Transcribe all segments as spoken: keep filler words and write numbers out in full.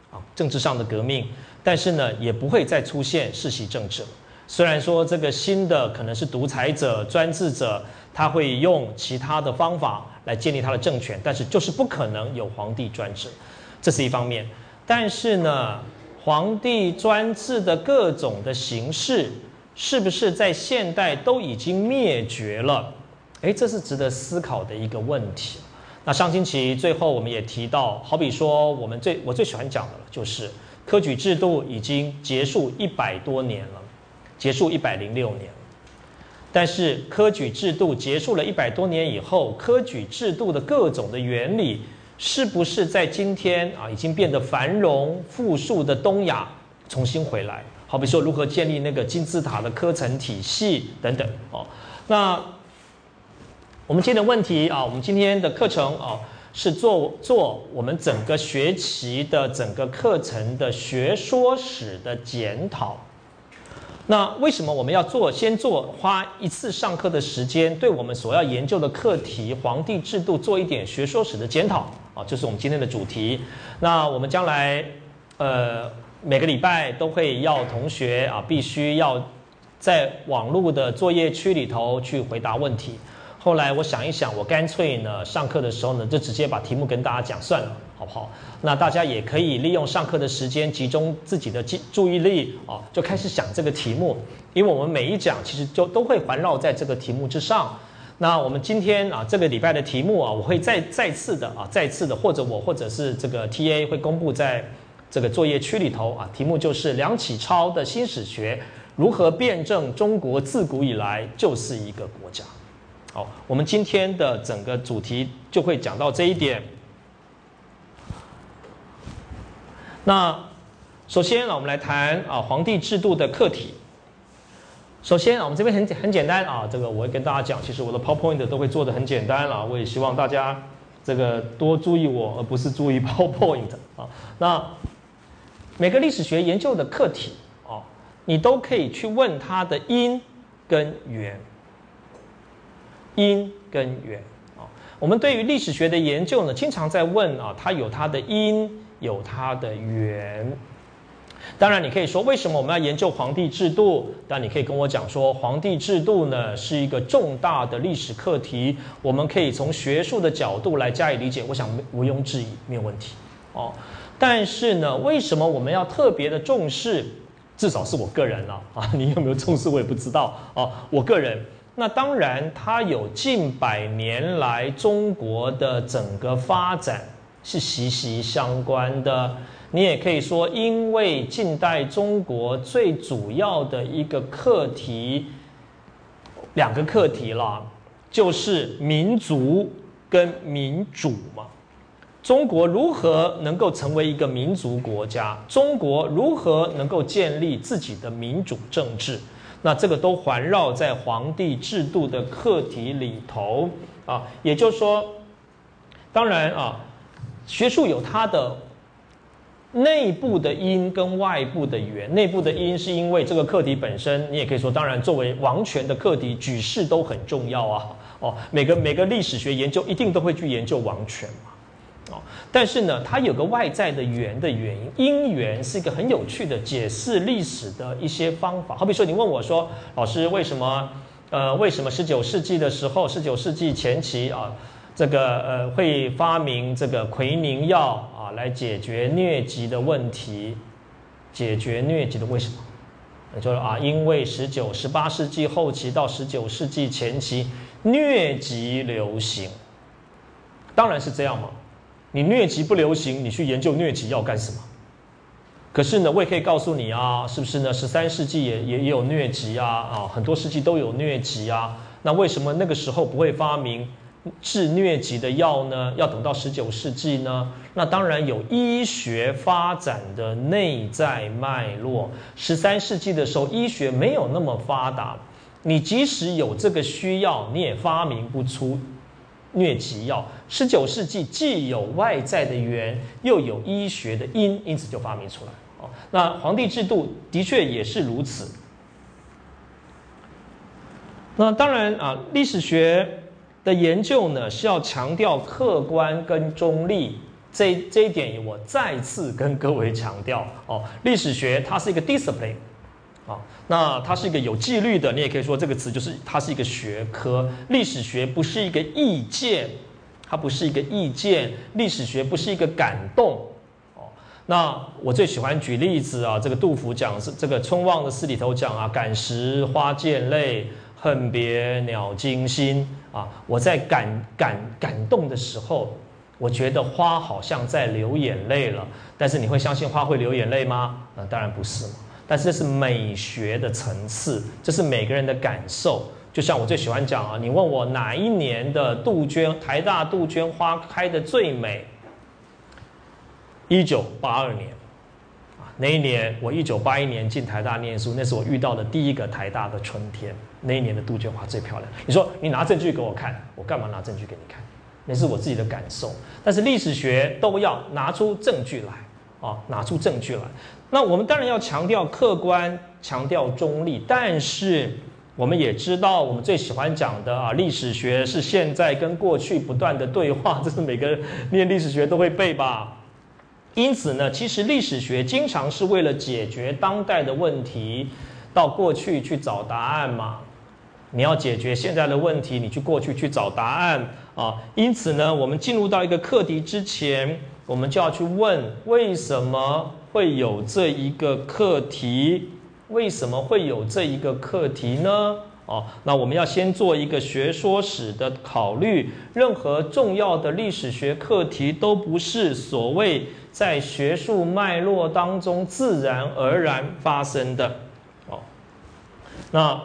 啊政治上的革命，但是呢也不会再出现世袭政治了。虽然说这个新的可能是独裁者、专制者，他会用其他的方法来建立他的政权，但是就是不可能有皇帝专制，这是一方面。但是呢，皇帝专制的各种的形式，是不是在现代都已经灭绝了？哎，这是值得思考的一个问题。那上星期最后我们也提到，好比说我们最我最喜欢讲的了，就是科举制度已经结束一百多年了。结束一百零六年，但是科举制度结束了一百多年以后，科举制度的各种的原理，是不是在今天啊已经变得繁荣富庶的东亚重新回来？好比说如何建立那个金字塔的科层体系等等哦。那我们今天的问题啊，我们今天的课程啊是做做我们整个学期的整个课程的学说史的检讨。那为什么我们要做？先做花一次上课的时间，对我们所要研究的课题皇帝制度做一点学说史的检讨啊，这是我们今天的主题。那我们将来呃每个礼拜都会要同学啊，必须要在网络的作业区里头去回答问题。后来我想一想，我干脆呢上课的时候呢，就直接把题目跟大家讲算了，好不好？那大家也可以利用上课的时间，集中自己的注意力啊，就开始想这个题目。因为我们每一讲其实就都会环绕在这个题目之上。那我们今天啊，这个礼拜的题目啊，我会再再次的啊，再次的，或者我或者是这个 T A 会公布在这个作业区里头啊。题目就是梁启超的新史学如何辩证中国自古以来就是一个国家。好，我们今天的整个主题就会讲到这一点。那首先啊，我们来谈啊皇帝制度的课题。首先啊，我们这边很很简单啊，这个我会跟大家讲，其实我的 PowerPoint 都会做得很简单了，我也希望大家这个多注意我，而不是注意 PowerPoint 啊。那每个历史学研究的课题啊，你都可以去问它的因跟缘。因跟缘啊，我们对于历史学的研究呢，经常在问啊，它有它的因，有它的缘。当然，你可以说为什么我们要研究皇帝制度？但你可以跟我讲说，皇帝制度呢是一个重大的历史课题，我们可以从学术的角度来加以理解。我想毋庸置疑，没有问题哦。但是呢，为什么我们要特别的重视？至少是我个人了啊，你有没有重视我也不知道哦。我个人。那当然，它有近百年来中国的整个发展是息息相关的。你也可以说，因为近代中国最主要的一个课题，两个课题啦，就是民族跟民主嘛。中国如何能够成为一个民族国家？中国如何能够建立自己的民主政治？那这个都环绕在皇帝制度的课题里头啊，也就是说，当然啊，学术有它的内部的因跟外部的缘。内部的因是因为这个课题本身，你也可以说，当然作为王权的课题，举世都很重要啊。哦，每个每个历史学研究一定都会去研究王权嘛。哦，但是呢，它有个外在的缘的原因，因缘是一个很有趣的解释历史的一些方法。好比说，你问我说，老师为什么呃为什么十九世纪的时候，十九世纪前期啊，这个呃会发明这个奎宁药啊，来解决疟疾的问题？解决疟疾的为什么？也就是啊，因为十九、十八世纪后期到十九世纪前期，疟疾流行。当然是这样嘛。你疟疾不流行，你去研究疟疾药干什么？可是呢，我也可以告诉你啊，是不是呢？十三世纪也也也有疟疾啊，啊，很多世纪都有疟疾啊。那为什么那个时候不会发明治疟疾的药呢？要等到十九世纪呢？那当然有医学发展的内在脉络。十三世纪的时候，医学没有那么发达，你即使有这个需要，你也发明不出疟疾药。十九世纪既有外在的缘，又有医学的因，因此就发明出来。哦，那皇帝制度的确也是如此。那当然啊，历史学的研究呢是要强调客观跟中立这这一点我再次跟各位强调哦，历史学它是一个 discipline。啊，那它是一个有纪律的，你也可以说这个词就是它是一个学科。历史学不是一个意见，它不是一个意见，历史学不是一个感动。哦，那我最喜欢举例子啊，这个杜甫讲是这个春望的诗里头讲啊，感时花溅泪，恨别鸟惊心啊。我在感感感动的时候，我觉得花好像在流眼泪了，但是你会相信花会流眼泪吗？呃，当然不是嘛。但是这是美学的层次，这是每个人的感受。就像我最喜欢讲啊，你问我哪一年的杜鹃，台大杜鹃花开的最美？一九八二年，啊，那一年我一九八一年进台大念书，那是我遇到的第一个台大的春天。那一年的杜鹃花最漂亮。你说你拿证据给我看，我干嘛拿证据给你看？那是我自己的感受。但是历史学都要拿出证据来。啊，拿出证据来。那我们当然要强调客观，强调中立，但是我们也知道，我们最喜欢讲的啊，历史学是现在跟过去不断的对话，这是每个念历史学都会背吧。因此呢，其实历史学经常是为了解决当代的问题，到过去去找答案嘛。你要解决现在的问题，你去过去去找答案啊。因此呢，我们进入到一个课题之前，我们就要去问，为什么会有这一个课题？为什么会有这一个课题呢？哦，那我们要先做一个学说史的考虑。任何重要的历史学课题都不是所谓在学术脉络当中自然而然发生的。哦，那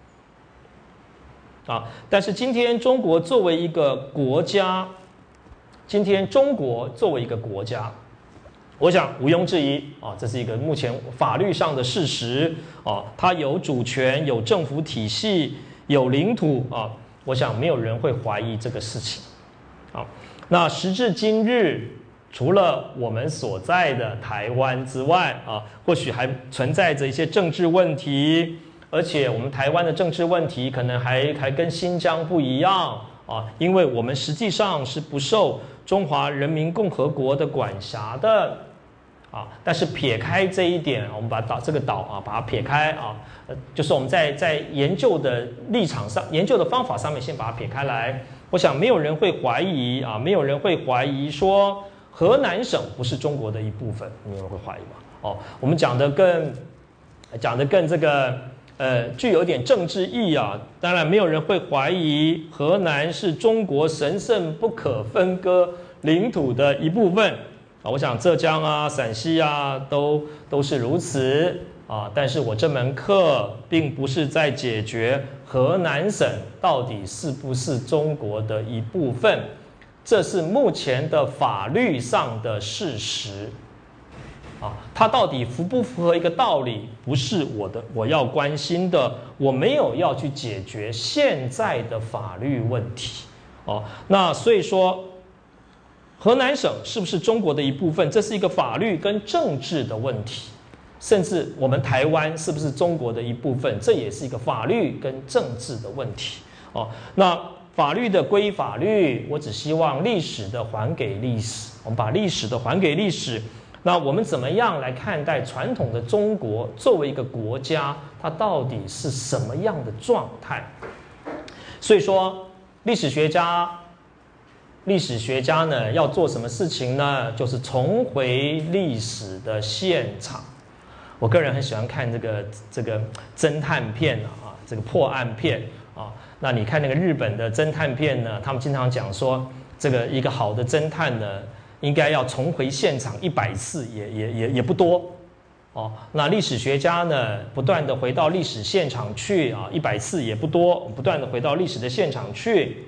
啊，但是今天中国作为一个国家，今天中国作为一个国家，我想毋庸置疑啊，这是一个目前法律上的事实啊，它有主权，有政府体系，有领土啊，我想没有人会怀疑这个事情。啊，那时至今日，除了我们所在的台湾之外啊，或许还存在着一些政治问题。而且我们台湾的政治问题可能还还跟新疆不一样啊，因为我们实际上是不受中华人民共和国的管辖的啊。但是撇开这一点，我们把岛这个岛啊，把它撇开啊，呃，就是我们在在研究的立场上、研究的方法上面，先把它撇开来。我想没有人会怀疑啊，没有人会怀疑说河南省不是中国的一部分，没有人会怀疑吧？哦，我们讲的更讲的更这个。呃，具有点政治意义啊，当然没有人会怀疑河南是中国神圣不可分割领土的一部分啊。我想浙江啊、陕西啊都都是如此啊。但是我这门课并不是在解决河南省到底是不是中国的一部分，这是目前的法律上的事实。啊，它到底符不符合一个道理，不是我的我要关心的，我没有要去解决现在的法律问题。哦，那所以说，河南省是不是中国的一部分，这是一个法律跟政治的问题。甚至我们台湾是不是中国的一部分，这也是一个法律跟政治的问题。哦，那法律的归法律，我只希望历史的还给历史，我们把历史的还给历史。那我们怎么样来看待传统的中国作为一个国家，它到底是什么样的状态？所以说，历史学家，历史学家呢要做什么事情呢？就是重回历史的现场。我个人很喜欢看这个这个侦探片啊，这个破案片啊。那你看那个日本的侦探片呢，他们经常讲说，这个一个好的侦探呢，应该要重回现场一百次也也也也不多，哦。那历史学家呢，不断的回到历史现场去啊，一百次也不多，不断的回到历史的现场去。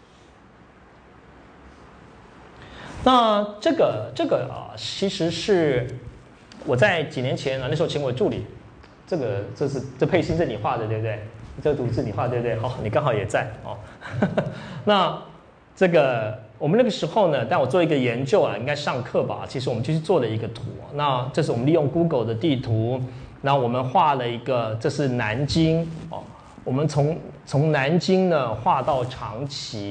那这个这个啊，其实是我在几年前啊，那时候请我助理，这个这是这佩欣是你画的对不对？这个图是你画对不对？好，你刚好也在哦。那这个。我们那个时候呢，但我做一个研究啊，应该上课吧。其实我们就去做了一个图，那这是我们利用 Google 的地图，那我们画了一个，这是南京哦。我们从从南京呢画到长崎，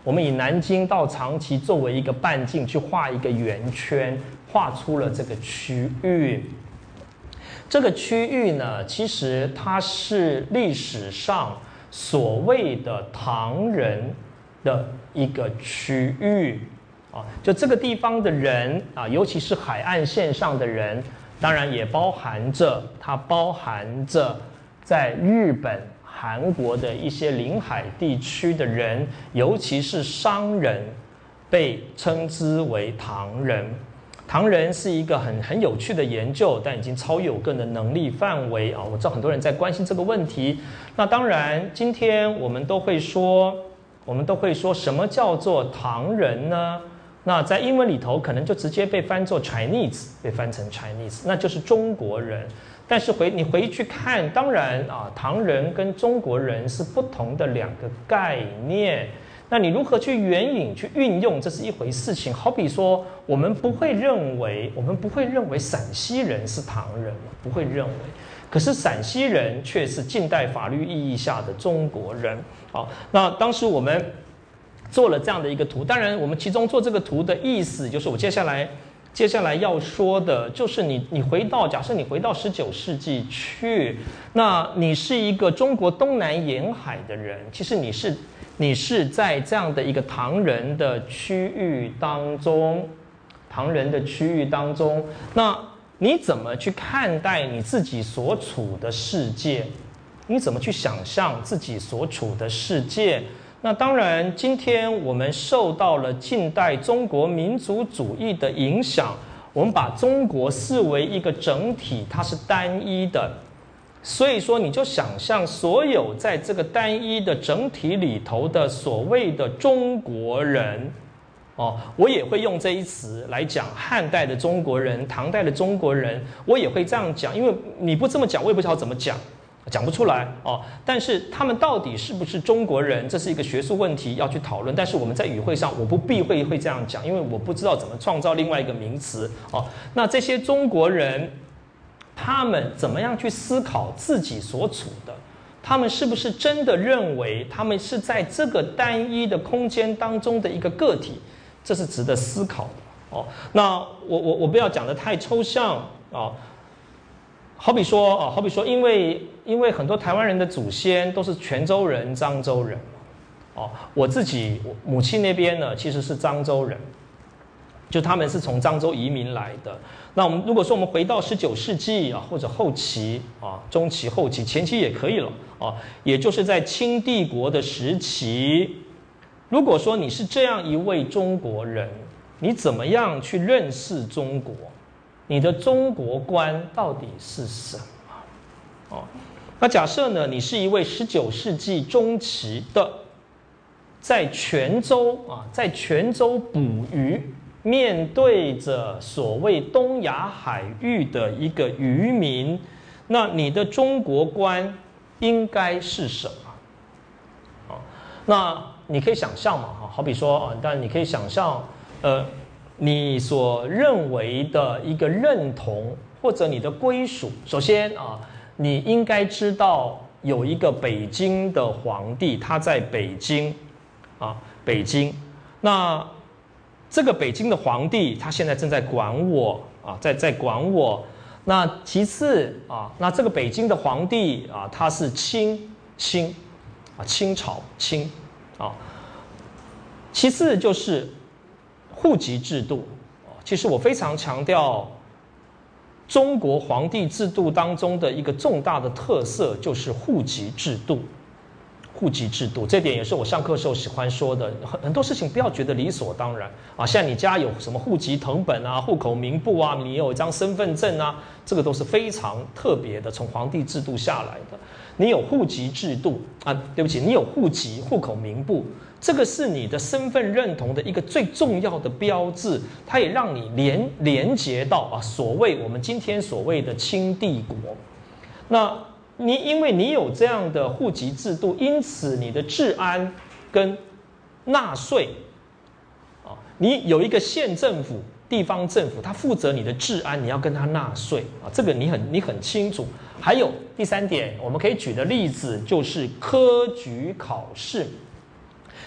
我们以南京到长崎作为一个半径去画一个圆圈，画出了这个区域。这个区域呢，其实它是历史上所谓的唐人的一个区域啊，就这个地方的人啊，尤其是海岸线上的人，当然也包含着它包含着在日本、韩国的一些临海地区的人，尤其是商人，被称之为唐人。唐人是一个很很有趣的研究，但已经超越我个人的能力范围啊！我知道很多人在关心这个问题。那当然，今天我们都会说，我们都会说什么叫做唐人呢？那在英文里头，可能就直接被翻作 Chinese， 被翻成 Chinese， 那就是中国人。但是回你回去看，当然啊，唐人跟中国人是不同的两个概念。那你如何去援引、去运用，这是一回事情。好比说，我们不会认为，我们不会认为陕西人是唐人，不会认为。可是陕西人却是近代法律意义下的中国人。好，那当时我们做了这样的一个图，当然我们其中做这个图的意思，就是我接下来接下来要说的，就是你你回到，假设你回到十九世纪去，那你是一个中国东南沿海的人，其实你是。你是在这样的一个唐人的区域当中，唐人的区域当中，那你怎么去看待你自己所处的世界？你怎么去想象自己所处的世界？那当然，今天我们受到了近代中国民族主义的影响，我们把中国视为一个整体，它是单一的。所以说，你就想象所有在这个单一的整体里头的所谓的中国人，哦，我也会用这一词来讲汉代的中国人、唐代的中国人，我也会这样讲，因为你不这么讲，我也不知道怎么讲，讲不出来哦。但是他们到底是不是中国人，这是一个学术问题要去讨论。但是我们在语汇上，我不避讳会这样讲，因为我不知道怎么创造另外一个名词哦。那这些中国人。他们怎么样去思考自己所处的？他们是不是真的认为他们是在这个单一的空间当中的一个个体？这是值得思考的哦。那我我我不要讲得太抽象哦。好比说哦，好比说，因为因为很多台湾人的祖先都是泉州人、漳州人哦。我自己母亲那边呢，其实是漳州人。就他们是从漳州移民来的。那我们如果说我们回到十九世纪啊，或者后期啊、中期、后期、前期也可以了啊，也就是在清帝国的时期。如果说你是这样一位中国人，你怎么样去认识中国？你的中国观到底是什么？哦，那假设呢，你是一位十九世纪中期的，在泉州啊，在泉州捕鱼。面对着所谓东亚海域的一个渔民，那你的中国观应该是什么？啊，那你可以想象嘛，哈，好比说啊，但你可以想象，呃，你所认为的一个认同或者你的归属。首先啊，你应该知道有一个北京的皇帝，他在北京，啊，北京，那。这个北京的皇帝，他现在正在管我啊，在在管我。那其次啊，那这个北京的皇帝啊，他是清清啊，清朝清啊。其次就是户籍制度。其实我非常强调，中国皇帝制度当中的一个重大的特色就是户籍制度。户籍制度，这点也是我上课时候喜欢说的。很很多事情不要觉得理所当然啊，像你家有什么户籍誊本啊、户口名簿啊，你有一张身份证啊，这个都是非常特别的，从皇帝制度下来的。你有户籍制度啊，对不起，你有户籍、户口名簿，这个是你的身份认同的一个最重要的标志，它也让你连连接到啊，所谓我们今天所谓的清帝国。那你因为你有这样的户籍制度，因此你的治安跟纳税啊，你有一个县政府、地方政府，他负责你的治安，你要跟他纳税啊，这个你很你很清楚。还有第三点，我们可以举的例子就是科举考试。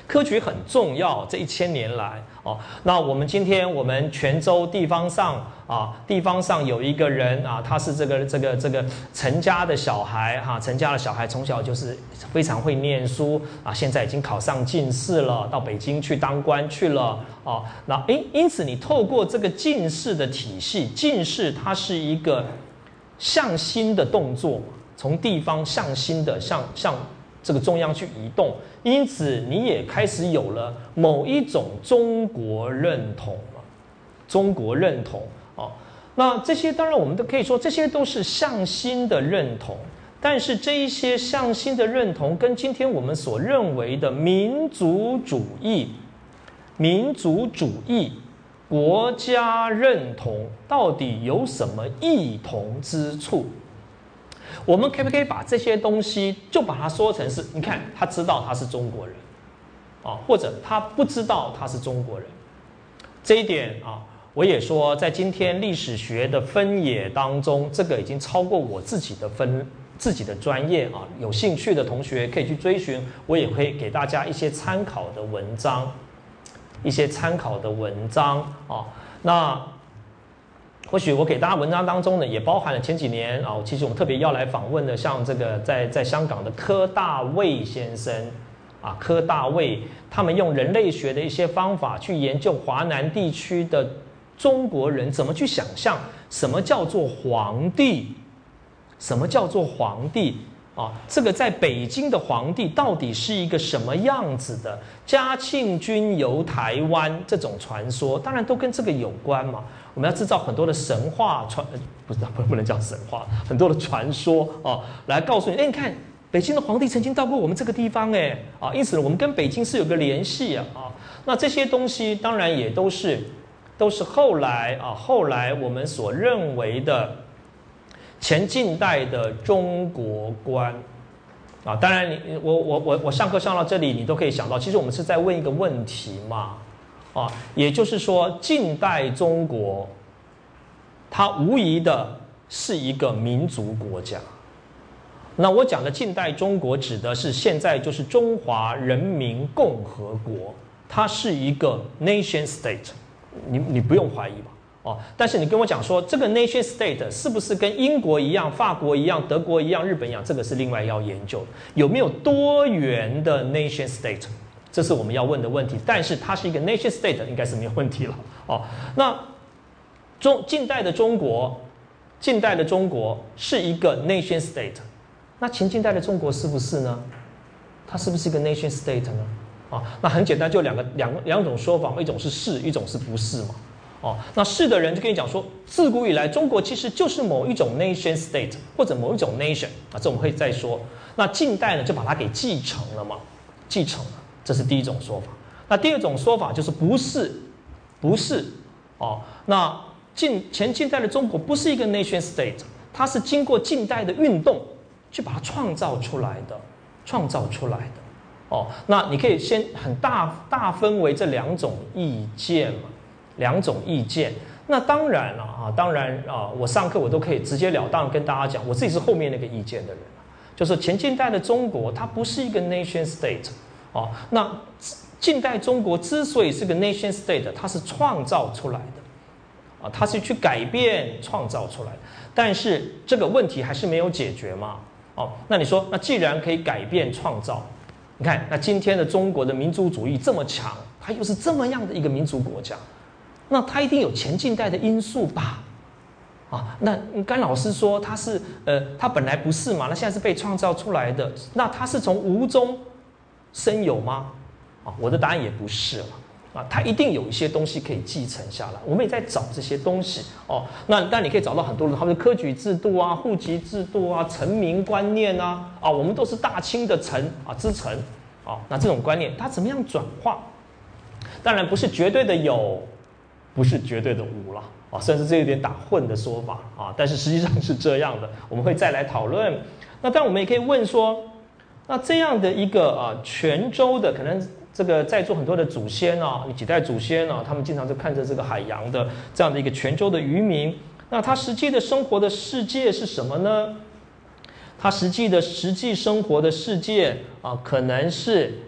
科举很重要，这一千年来哦。那我们今天我们泉州地方上啊，地方上有一个人啊，他是这个这个这个陈家的小孩哈，陈家的小孩从小就是非常会念书啊，现在已经考上进士了，到北京去当官去了哦。那因因此你透过这个进士的体系，进士它是一个向心的动作，从地方向心的向向这个中央去移动，因此你也开始有了某一种中国认同了，中国认同哦。那这些当然我们都可以说，这些都是向心的认同，但是这一些向心的认同跟今天我们所认为的民族主义、民族主义、国家认同到底有什么异同之处？我们可不可以把这些东西就把它说成是，你看他知道他是中国人，啊，或者他不知道他是中国人，这一点啊，我也说在今天历史学的分野当中，这个已经超过我自己的分自己的专业啊。有兴趣的同学可以去追寻，我也会给大家一些参考的文章，一些参考的文章啊。那或许我给大家文章当中呢，也包含了前几年啊，其实我们特别要来访问的，像这个在在香港的柯大卫先生啊，柯大卫他们用人类学的一些方法去研究华南地区的中国人怎么去想象什么叫做皇帝，什么叫做皇帝啊？这个在北京的皇帝到底是一个什么样子的？嘉庆君游台湾这种传说，当然都跟这个有关嘛。我们要制造很多的神话传，不是不能叫神话，很多的传说哦，来告诉你，哎，你看北京的皇帝曾经到过我们这个地方，哎啊，因此我们跟北京是有个联系啊啊。那这些东西当然也都是都是后来啊，后来我们所认为的前近代的中国观啊。当然你我我我我上课上到这里，你都可以想到，其实我们是在问一个问题嘛。啊，也就是说，近代中国，它无疑的是一个民族国家。那我讲的近代中国，指的是现在就是中华人民共和国，它是一个 nation state， 你你不用怀疑吧？哦，但是你跟我讲说，这个 nation state 是不是跟英国一样、法国一样、德国一样、日本一样？这个是另外要研究的。有没有多元的 nation state？这是我们要问的问题，但是它是一个 nation state， 应该是没有问题了哦。那中近代的中国，近代的中国是一个 nation state， 那前近代的中国是不是呢？它是不是一个 nation state 呢？啊，那很简单，就两个两两种说法，一种是是，一种是不是嘛？哦，那是的人就跟你讲说，自古以来中国其实就是某一种 nation state 或者某一种 nation 啊，这我们会再说。那近代呢，就把它给继承了嘛，继承了。这是第一种说法。那第二种说法就是不是，不是哦。那近前近代的中国不是一个 nation state， 它是经过近代的运动去把它创造出来的，创造出来的哦。那你可以先很大大分为这两种意见嘛，两种意见。那当然了啊，当然啊，我上课我都可以直截了当跟大家讲，我自己是后面那个意见的人，就是前近代的中国它不是一个 nation state。哦，那近代中国之所以是个 nation state， 它是创造出来的，啊，它是去改变创造出来的。但是这个问题还是没有解决嘛？哦，那你说，那既然可以改变创造，你看，那今天的中国的民族主义这么强，它又是这么样的一个民族国家，那它一定有前近代的因素吧？啊，那甘老师说它是，呃，它本来不是嘛，那现在是被创造出来的，那它是从无中生有吗？啊，我的答案也不是了啊，它一定有一些东西可以继承下来，我们也在找这些东西哦。那但你可以找到很多人，他们的科举制度啊、户籍制度啊、臣民观念啊，啊，我们都是大清的臣啊之臣啊，那这种观念它怎么样转化？当然不是绝对的有，不是绝对的无了啊，甚至这有点打混的说法啊，但是实际上是这样的，我们会再来讨论。那但我们也可以问说，那这样的一个啊泉州的，可能这个在座很多的祖先啊，几代祖先啊，他们经常就看着这个海洋的这样的一个泉州的渔民，那他实际的生活的世界是什么呢？他实际的实际生活的世界啊，可能是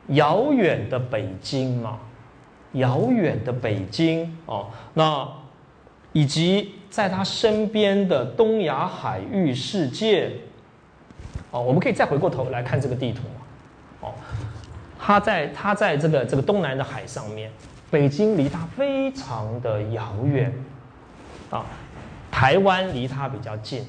遥远的北京嘛，遥远的北京哦，那以及在他身边的东亚海域世界，哦，我们可以再回过头来看这个地图嘛，哦，他在他在这个这个东南的海上面，北京离他非常的遥远，啊，台湾离他比较近。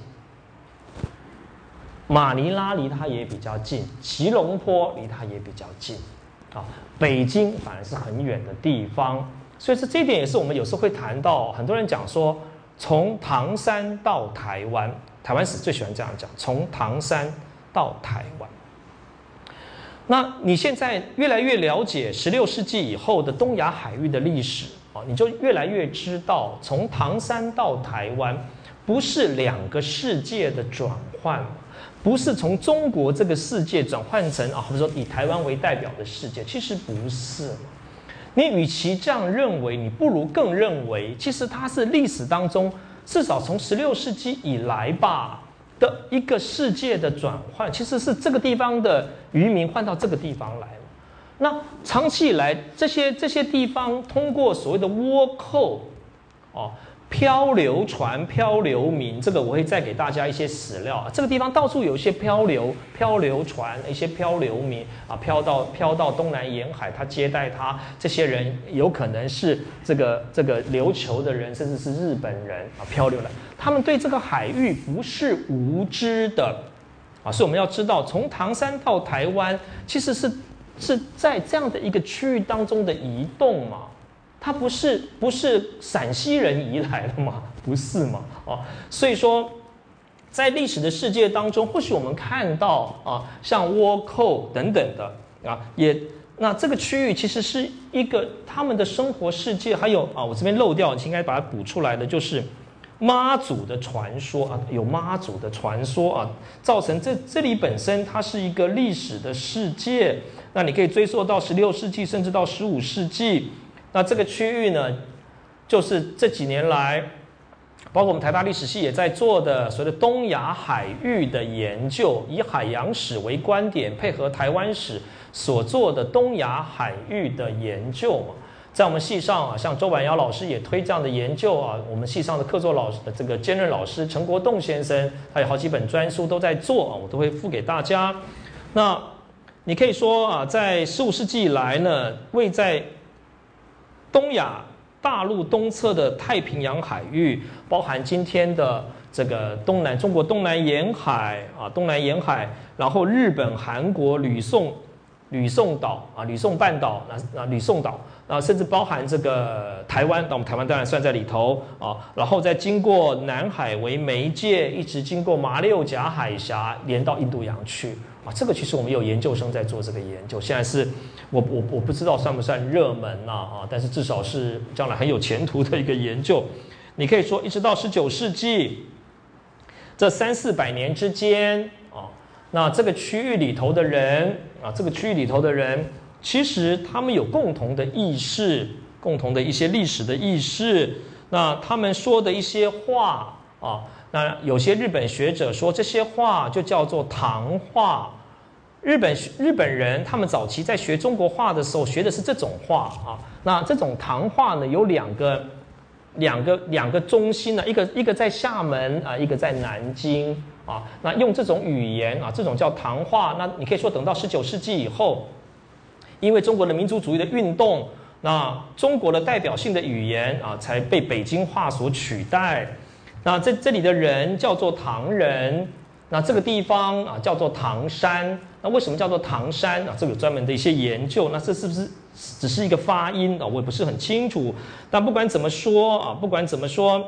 马尼拉离它也比较近，吉隆坡离它也比较近，啊，北京反而是很远的地方，所以是这一点也是我们有时候会谈到，很多人讲说，从唐山到台湾，台湾史最喜欢这样讲，从唐山到台湾。那你现在越来越了解十六世纪以后的东亚海域的历史，啊，你就越来越知道，从唐山到台湾，不是两个世界的转换。不是从中国这个世界转换成啊，或者说以台湾为代表的世界，其实不是。你与其这样认为，你不如更认为，其实它是历史当中至少从十六世纪以来吧的一个世界的转换，其实是这个地方的渔民换到这个地方来了。那长期以来，这些这些地方通过所谓的倭寇，哦。漂流船、漂流民，这个我会再给大家一些史料啊。这个地方到处有一些漂流、漂流船，一些漂流民啊，漂到漂到东南沿海，他接待他这些人，有可能是这个这个琉球的人，甚至是日本人啊，漂流来。他们对这个海域不是无知的啊，所以我们要知道，从唐山到台湾，其实是是在这样的一个区域当中的移动嘛。它不是不是陕西人移来的吗？不是嘛？哦，所以说，在历史的世界当中，或许我们看到啊，像倭寇等等的啊，也那这个区域其实是一个他们的生活世界。还有啊，我这边漏掉，应该把它补出来的，就是妈祖的传说啊，有妈祖的传说啊，造成这这里本身它是一个历史的世界。那你可以追溯到十六世纪，甚至到十五世纪。那这个区域呢，就是这几年来，包括我们台大历史系也在做的所谓的东亚海域的研究，以海洋史为观点，配合台湾史所做的东亚海域的研究嘛。在我们系上啊，像周婉瑶老师也推这样的研究啊，我们系上的客座老师这个兼任老师陈国栋先生，他有好几本专书都在做啊，我都会附给大家。那你可以说啊，在十五世纪以来呢，位在东亚大陆东侧的太平洋海域，包含今天的这个东南中国东南沿海啊，东南沿海，然后日本、韩国、吕宋、吕宋岛啊，吕宋半岛，那那吕宋岛，啊，甚至包含这个台湾，那我们台湾当然算在里头啊，然后再经过南海为媒介，一直经过马六甲海峡，连到印度洋去。啊，这个其实我们有研究生在做这个研究，现在是我我我不知道算不算热门呐啊，但是至少是将来很有前途的一个研究。你可以说，一直到十九世纪这三四百年之间啊，那这个区域里头的人啊，这个区域里头的人，其实他们有共同的意识，共同的一些历史的意识。那他们说的一些话啊，那有些日本学者说这些话就叫做唐话。日本日本人他们早期在学中国话的时候学的是这种话啊，那这种唐话呢有两个两个两个中心呢，一个一个在厦门啊，一个在南京啊，那用这种语言啊，这种叫唐话。那你可以说等到十九世纪以后，因为中国的民族主义的运动，那中国的代表性的语言啊才被北京话所取代。那这这里的人叫做唐人。那这个地方啊叫做唐山，那为什么叫做唐山啊？这个有专门的一些研究，那这是不是只是一个发音啊？我也不是很清楚。但不管怎么说啊，不管怎么说，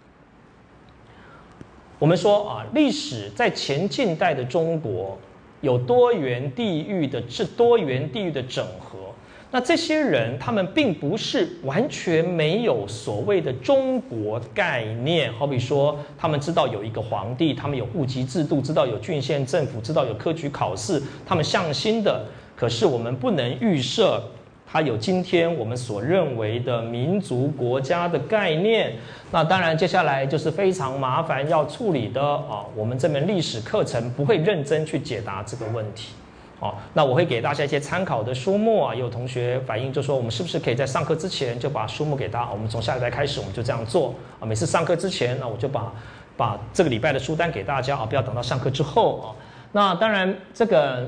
我们说啊，历史在前近代的中国有多元地域的是多元地域的整合。那这些人他们并不是完全没有所谓的中国概念，好比说他们知道有一个皇帝，他们有户籍制度，知道有郡县政府，知道有科举考试，他们向心的。可是我们不能预设它有今天我们所认为的民族国家的概念。那当然接下来就是非常麻烦要处理的啊，我们这门历史课程不会认真去解答这个问题。 哦，那我会给大家一些参考的书目啊，也有同学反映就说，我们是不是可以在上课之前就把书目给大家？我们从下礼拜开始我们就这样做啊，每次上课之前，那我就把把这个礼拜的书单给大家啊，不要等到上课之后啊。那当然，这个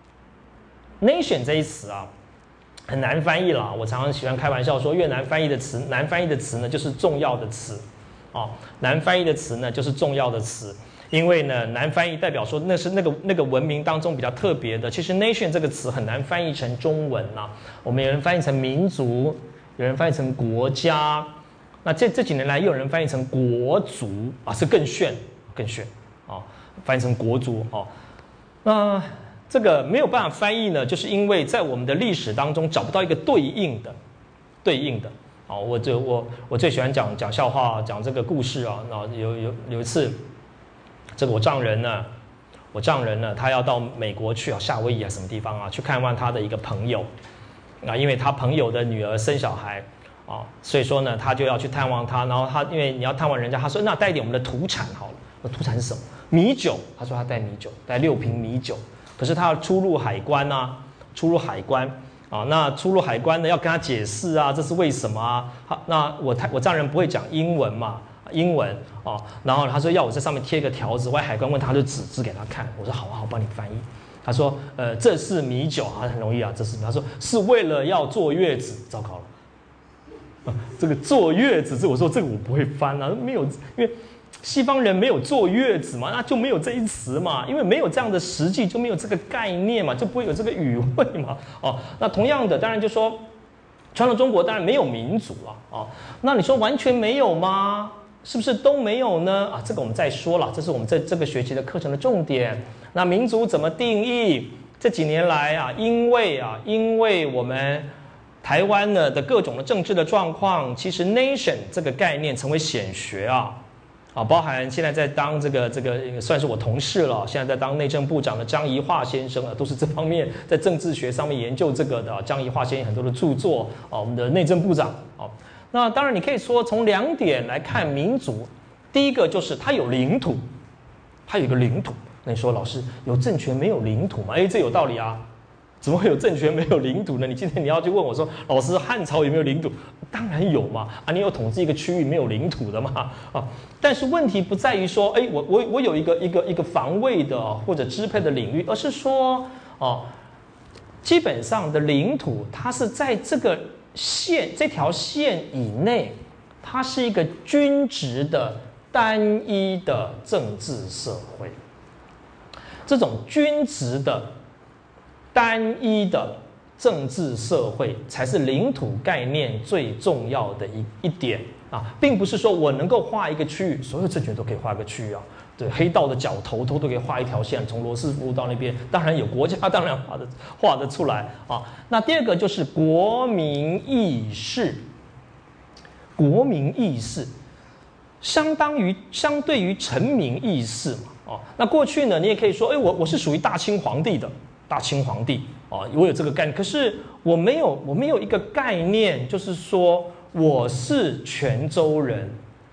nation 这一词啊，很难翻译啦。我常常喜欢开玩笑说，越难翻译的词，难翻译的词呢就是重要的词啊，难翻译的词呢就是重要的词。因为呢，难翻译代表说那是那个那个文明当中比较特别的。其实 nation 这个词很难翻译成中文呐、啊。我们有人翻译成民族，有人翻译成国家。那这这几年来，又有人翻译成国族啊，是更炫更炫啊，翻译成国族哦。那这个没有办法翻译呢，就是因为在我们的历史当中找不到一个对应的对应的。哦，我就我我最喜欢讲讲笑话，讲这个故事啊。那有有有一次。这个我丈人呢，我丈人呢，他要到美国去啊，夏威夷啊什么地方啊，去看望他的一个朋友啊，因为他朋友的女儿生小孩啊，所以说呢，他就要去探望他。然后他因为你要探望人家，他说那带一点我们的土产好了。那土产是什么？米酒。他说他带米酒，带六瓶米酒。可是他要出入海关啊，出入海关啊，那出入海关呢要跟他解释啊，这是为什么啊？好，那我太我丈人不会讲英文嘛。英文哦，然后他说要我在上面贴一个条子，外海关问他就指指给他看，我说好啊，好，帮你翻译。他说呃这是米酒啊，很容易啊，这是他说是为了要坐月子，糟糕了，啊、这个坐月子这我说这个我不会翻啊，没有，因为西方人没有坐月子嘛，那就没有这一词嘛，因为没有这样的实际，就没有这个概念嘛，就不会有这个语汇嘛，哦，那同样的，当然就说传统中国当然没有民族啊，哦，那你说完全没有吗？是不是都没有呢？啊，这个我们再说了，这是我们这这个学期的课程的重点。那民族怎么定义？这几年来啊，因为啊，因为我们台湾呢的各种的政治的状况，其实 nation 这个概念成为显学啊，啊，包含现在在当这个这个算是我同事了，现在在当内政部长的张宜桦先生啊，都是这方面在政治学上面研究这个的、啊。张宜桦先生很多的著作啊，我们的内政部长啊。那当然，你可以说从两点来看民族。第一个就是它有领土，它有一个领土。那你说老师有政权没有领土吗？哎，这有道理啊，怎么会有政权没有领土呢？你今天你要去问我说，老师汉朝有没有领土？当然有嘛，啊，你有统治一个区域没有领土的嘛，啊，但是问题不在于说，哎，我我我有一个一个一个防卫的或者支配的领域，而是说，哦，基本上的领土它是在这个。线这条线以内，它是一个均质的单一的政治社会。这种均质的单一的政治社会，才是领土概念最重要的一一点啊，并不是说我能够画一个区域，所有政权都可以画一个区域啊。对，黑道的角头头都可以画一条线，从罗斯福到那边，当然有国家，当然画得画得出来啊。那第二个就是国民意识，国民意识相当于相对于臣民意识嘛，哦，那过去呢，你也可以说，哎，我我是属于大清皇帝的，大清皇帝哦，我有这个概念，可是我没有我没有一个概念，就是说我是泉州人。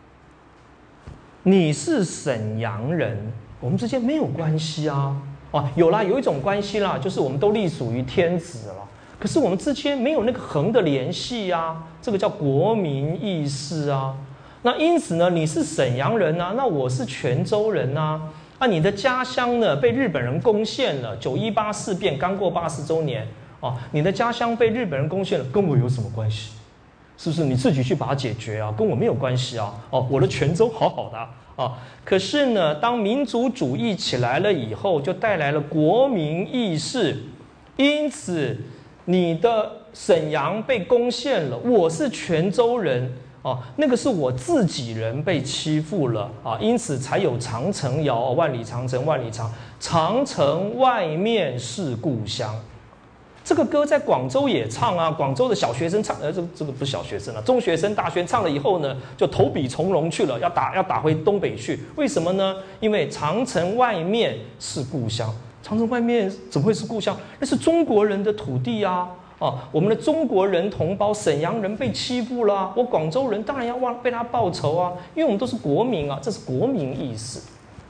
你是沈阳人，我们之间没有关系啊！哦，有啦，有一种关系啦，就是我们都隶属于天子了，可是我们之间没有那个横的联系啊，这个叫国民意识啊。那因此呢，你是沈阳人啊，那我是泉州人啊。啊，你的家乡呢被日本人攻陷了，九一八事变刚过八十周年哦，你的家乡被日本人攻陷了，跟我有什么关系？是不是你自己去把它解决啊？跟我没有关系啊！哦，我的泉州好好的啊，啊，可是呢，当民族主义起来了以后，就带来了国民意识，因此你的沈阳被攻陷了，我是泉州人哦，那个是我自己人被欺负了啊，因此才有长城谣，万里长城万里长，长城外面是故乡。这个歌在广州也唱啊，广州的小学生唱，呃，这个这个不是小学生啊，中学生、大学唱了以后呢，就投笔从戎去了，要打要打回东北去。为什么呢？因为长城外面是故乡，长城外面怎么会是故乡？那是中国人的土地啊！哦，我们的中国人同胞，沈阳人被欺负了、啊，我广州人当然要为他报仇啊，因为我们都是国民啊，这是国民意识。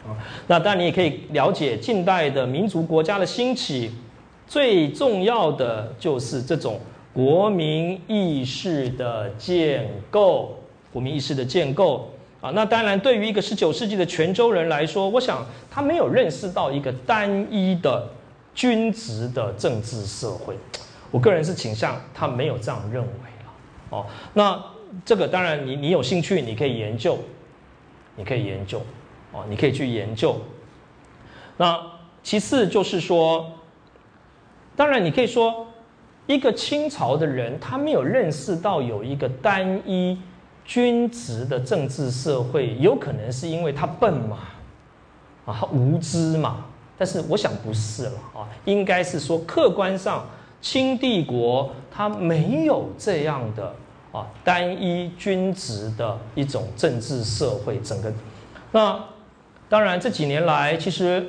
那当然你也可以了解近代的民族国家的兴起，最重要的就是这种国民意识的建构，国民意识的建构啊。那当然，对于一个十九世纪的泉州人来说，我想他没有认识到一个单一的均值的政治社会。我个人是倾向他没有这样认为了哦。那这个当然你，你你有兴趣，你可以研究，你可以研究哦，你可以去研究。那其次就是说，当然你可以说，一个清朝的人，他没有认识到有一个单一均值的政治社会，有可能是因为他笨嘛，啊，他无知嘛。但是我想不是了啊，应该是说客观上，清帝国它没有这样的啊单一均值的一种政治社会整个。那当然这几年来，其实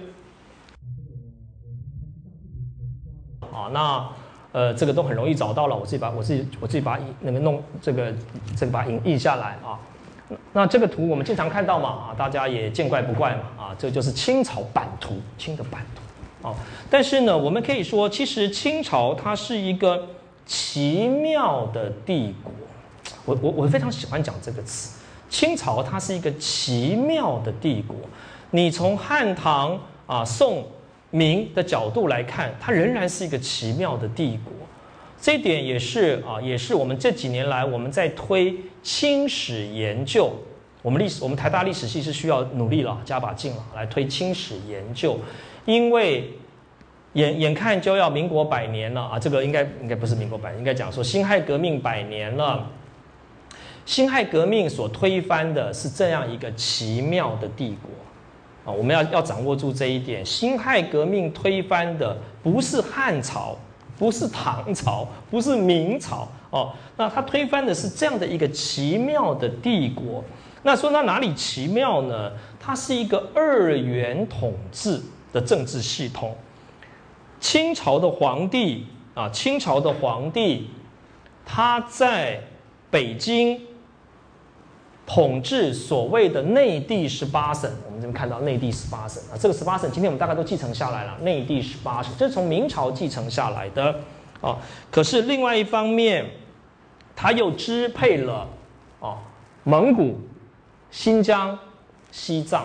啊那呃这个都很容易找到了，我自己把我自己我自己把那个弄这个这个把影印下来啊。那这个图我们经常看到嘛，啊，大家也见怪不怪嘛，啊，这就是清朝版图，清的版图，哦。但是呢，我们可以说，其实清朝它是一个奇妙的帝国。我我我非常喜欢讲这个词，清朝它是一个奇妙的帝国。你从汉唐啊、宋、明的角度来看，它仍然是一个奇妙的帝国。这一点也是啊，也是我们这几年来我们在推清史研究，我们历史我们台大历史系是需要努力了，加把劲了，来推清史研究，因为眼眼看就要民国百年了啊，这个应该应该不是民国百年，应该讲说辛亥革命百年了。辛亥革命所推翻的是这样一个奇妙的帝国啊，我们要要掌握住这一点。辛亥革命推翻的不是汉朝。不是唐朝，不是明朝哦，那它推翻的是这样的一个奇妙的帝国。那说它哪里奇妙呢？它是一个二元统治的政治系统。清朝的皇帝啊，清朝的皇帝，他在北京统治所谓的内地十八省，我们这边看到内地十八省啊，这个十八省今天我们大概都继承下来了。内地十八省，这是从明朝继承下来的啊。可是另外一方面，他又支配了啊蒙古、新疆、西藏。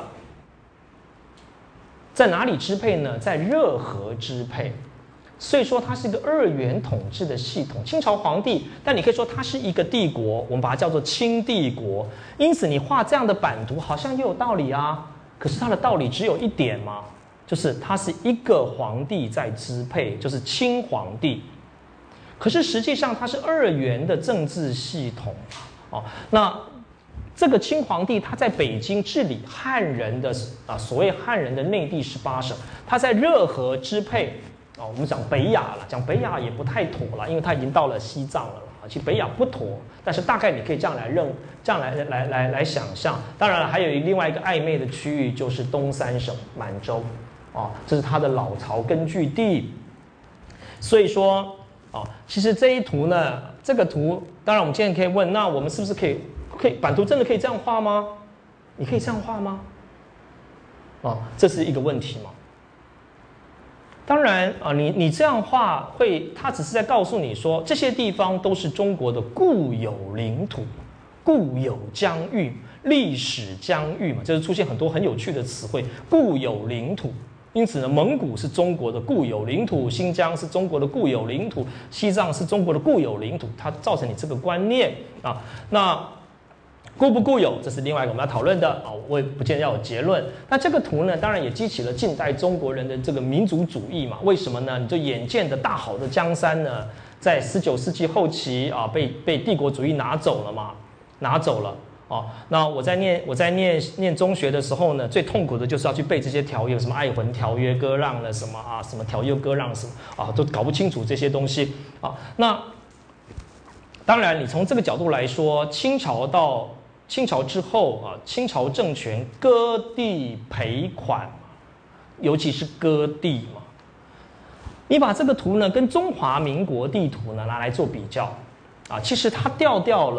在哪里支配呢？在热河支配。所以说它是一个二元统治的系统，清朝皇帝，但你可以说它是一个帝国，我们把它叫做清帝国。因此你画这样的版图好像又有道理啊，可是它的道理只有一点嘛，就是它是一个皇帝在支配，就是清皇帝。可是实际上它是二元的政治系统哦。那这个清皇帝他在北京治理汉人的啊，所谓汉人的内地十八省，他在热河支配。哦，我们讲北亚了，讲北亚也不太妥了，因为它已经到了西藏了啊。其实北亚不妥，但是大概你可以这样来认，这样来来来来想象。当然了，还有另外一个暧昧的区域就是东三省满洲，哦，这是它的老巢根据地。所以说，哦，其实这一图呢，这个图，当然我们今天可以问，那我们是不是可以可以版图真的可以这样画吗？你可以这样画吗？哦，这是一个问题嘛。当然啊，你你这样画会，它只是在告诉你说，这些地方都是中国的固有领土、固有疆域、历史疆域嘛，就是出现很多很有趣的词汇，固有领土。因此呢，蒙古是中国的固有领土，新疆是中国的固有领土，西藏是中国的固有领土，它造成你这个观念啊。那固不固有，这是另外一个我们要讨论的啊，我也不见得要有结论。那这个图呢，当然也激起了近代中国人的这个民族主义嘛。为什么呢？你就眼见的大好的江山呢，在十九世纪后期啊，被被帝国主义拿走了嘛，拿走了哦。那我在念我在念念中学的时候呢，最痛苦的就是要去背这些条约，什么爱魂条约、割让了什么啊，什么条约割让什么啊，都搞不清楚这些东西啊。那当然，你从这个角度来说，清朝到清朝之后啊，清朝政权割地赔款，尤其是割地嘛。你把这个图呢跟中华民国地图呢拿来做比较啊，其实它调掉了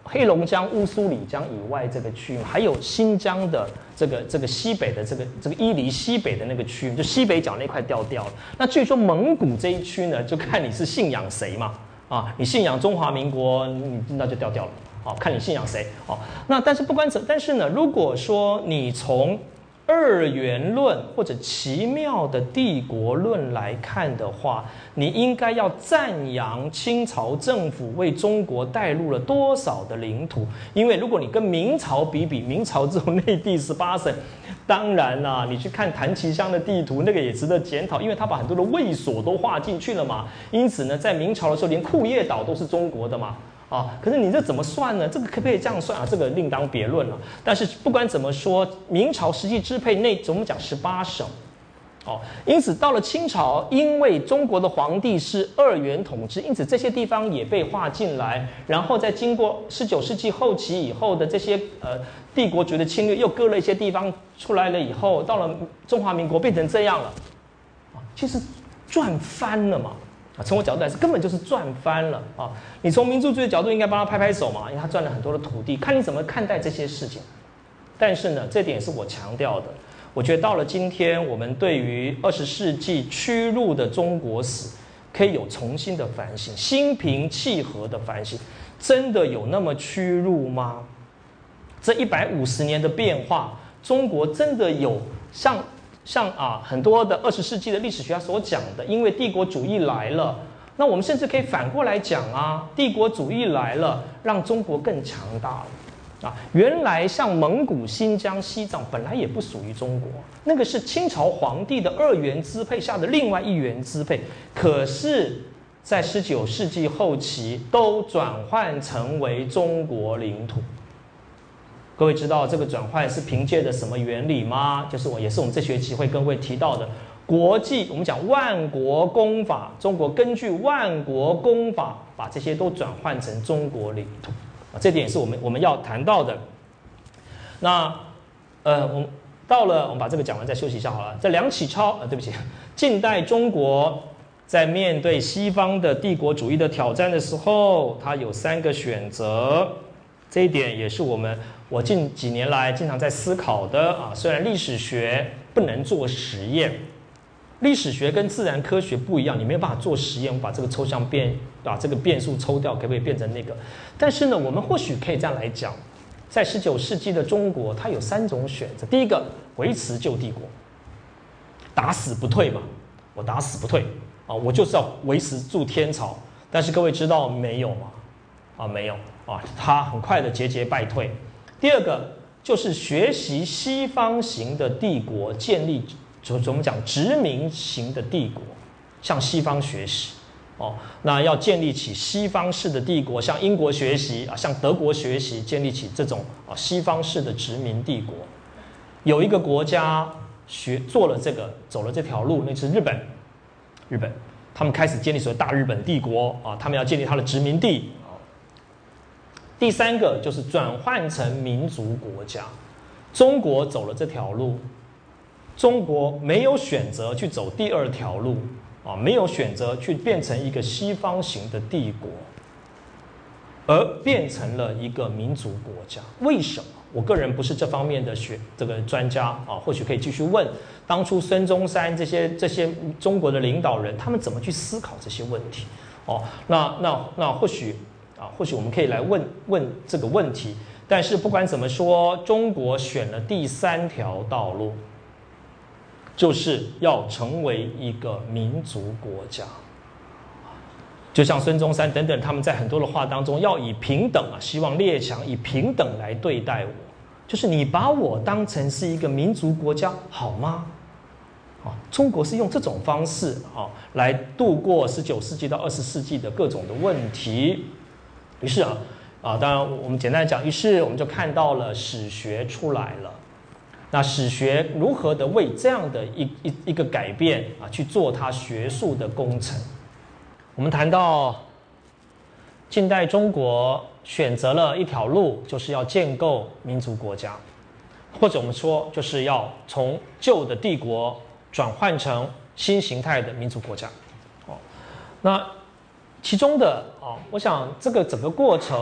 黑龙江、乌苏里江以外这个区域，还有新疆的这个这个西北的这个这个伊犁西北的那个区域，就西北角那块掉掉了。那至于说蒙古这一区呢，就看你是信仰谁嘛。啊，你信仰中华民国，你那就掉掉了。好，看你信仰谁。哦，那但是不管怎，但是呢，如果说你从二元论或者奇妙的帝国论来看的话，你应该要赞扬清朝政府为中国带入了多少的领土。因为如果你跟明朝比比，明朝只有内地十八省，当然啦、啊，你去看谭其骧的地图，那个也值得检讨，因为他把很多的卫所都划进去了嘛。因此呢，在明朝的时候，连库页岛都是中国的嘛。啊，可是你这怎么算呢？这个可不可以这样算啊？这个另当别论了。但是不管怎么说，明朝实际支配内，我们讲十八省，哦，因此到了清朝，因为中国的皇帝是二元统治，因此这些地方也被划进来，然后再经过十九世纪后期以后的这些呃帝国主义的侵略，又割了一些地方出来了以后，到了中华民国变成这样了，啊，其实赚翻了嘛。啊，从我角度来说，根本就是赚翻了啊！你从民族主义的角度应该帮他拍拍手嘛，因为他赚了很多的土地，看你怎么看待这些事情。但是呢，这点是我强调的。我觉得到了今天，我们对于二十世纪屈辱的中国史，可以有重新的反省，心平气和的反省。真的有那么屈辱吗？这一百五十年的变化，中国真的有像？像啊，很多的二十世纪的历史学家所讲的，因为帝国主义来了，那我们甚至可以反过来讲啊，帝国主义来了，让中国更强大了啊。原来像蒙古、新疆、西藏本来也不属于中国，那个是清朝皇帝的二元支配下的另外一元支配，可是，在十九世纪后期都转换成为中国领土。各位知道这个转换是凭借着什么原理吗？就是我也是我们这学期会跟各位提到的国际，我们讲万国公法，中国根据万国公法把这些都转换成中国领土啊，这点也是我们我们要谈到的。那呃，我们到了，我们把这个讲完再休息一下好了。在梁启超啊、呃，对不起，近代中国在面对西方的帝国主义的挑战的时候，它有三个选择，这一点也是我们。我近几年来经常在思考的啊，虽然历史学不能做实验，历史学跟自然科学不一样，你没有办法做实验，我把这个抽象变，把这个变数抽掉，可不可以变成那个？但是呢，我们或许可以这样来讲，在十九世纪的中国，它有三种选择：第一个，维持旧帝国，打死不退嘛，我打死不退啊，我就是要维持住天朝。但是各位知道没有吗？啊，没有啊，它很快的节节败退。第二个就是学习西方型的帝国，建立怎么讲殖民型的帝国，向西方学习哦。那要建立起西方式的帝国，向英国学习啊，向德国学习，建立起这种啊西方式的殖民帝国。有一个国家学做了这个，走了这条路，那是日本。日本他们开始建立所谓大日本帝国啊，他们要建立他的殖民地。第三个就是转换成民族国家，中国走了这条路，中国没有选择去走第二条路啊，没有选择去变成一个西方型的帝国，而变成了一个民族国家。为什么？我个人不是这方面的学这个专家啊，或许可以继续问当初孙中山这些这些中国的领导人，他们怎么去思考这些问题？哦，那那那或许。啊，或许我们可以来问问这个问题，但是不管怎么说，中国选了第三条道路，就是要成为一个民族国家。就像孙中山等等，他们在很多的话当中，要以平等啊，希望列强以平等来对待我，就是你把我当成是一个民族国家，好吗？啊，中国是用这种方式啊，来度过十九世纪到二十世纪的各种的问题。于是啊，啊，当然我们简单讲，于是我们就看到了史学出来了。那史学如何的为这样的一一一个改变啊，去做它学术的工程？我们谈到近代中国选择了一条路，就是要建构民族国家，或者我们说就是要从旧的帝国转换成新形态的民族国家。哦，那其中的啊，我想这个整个过程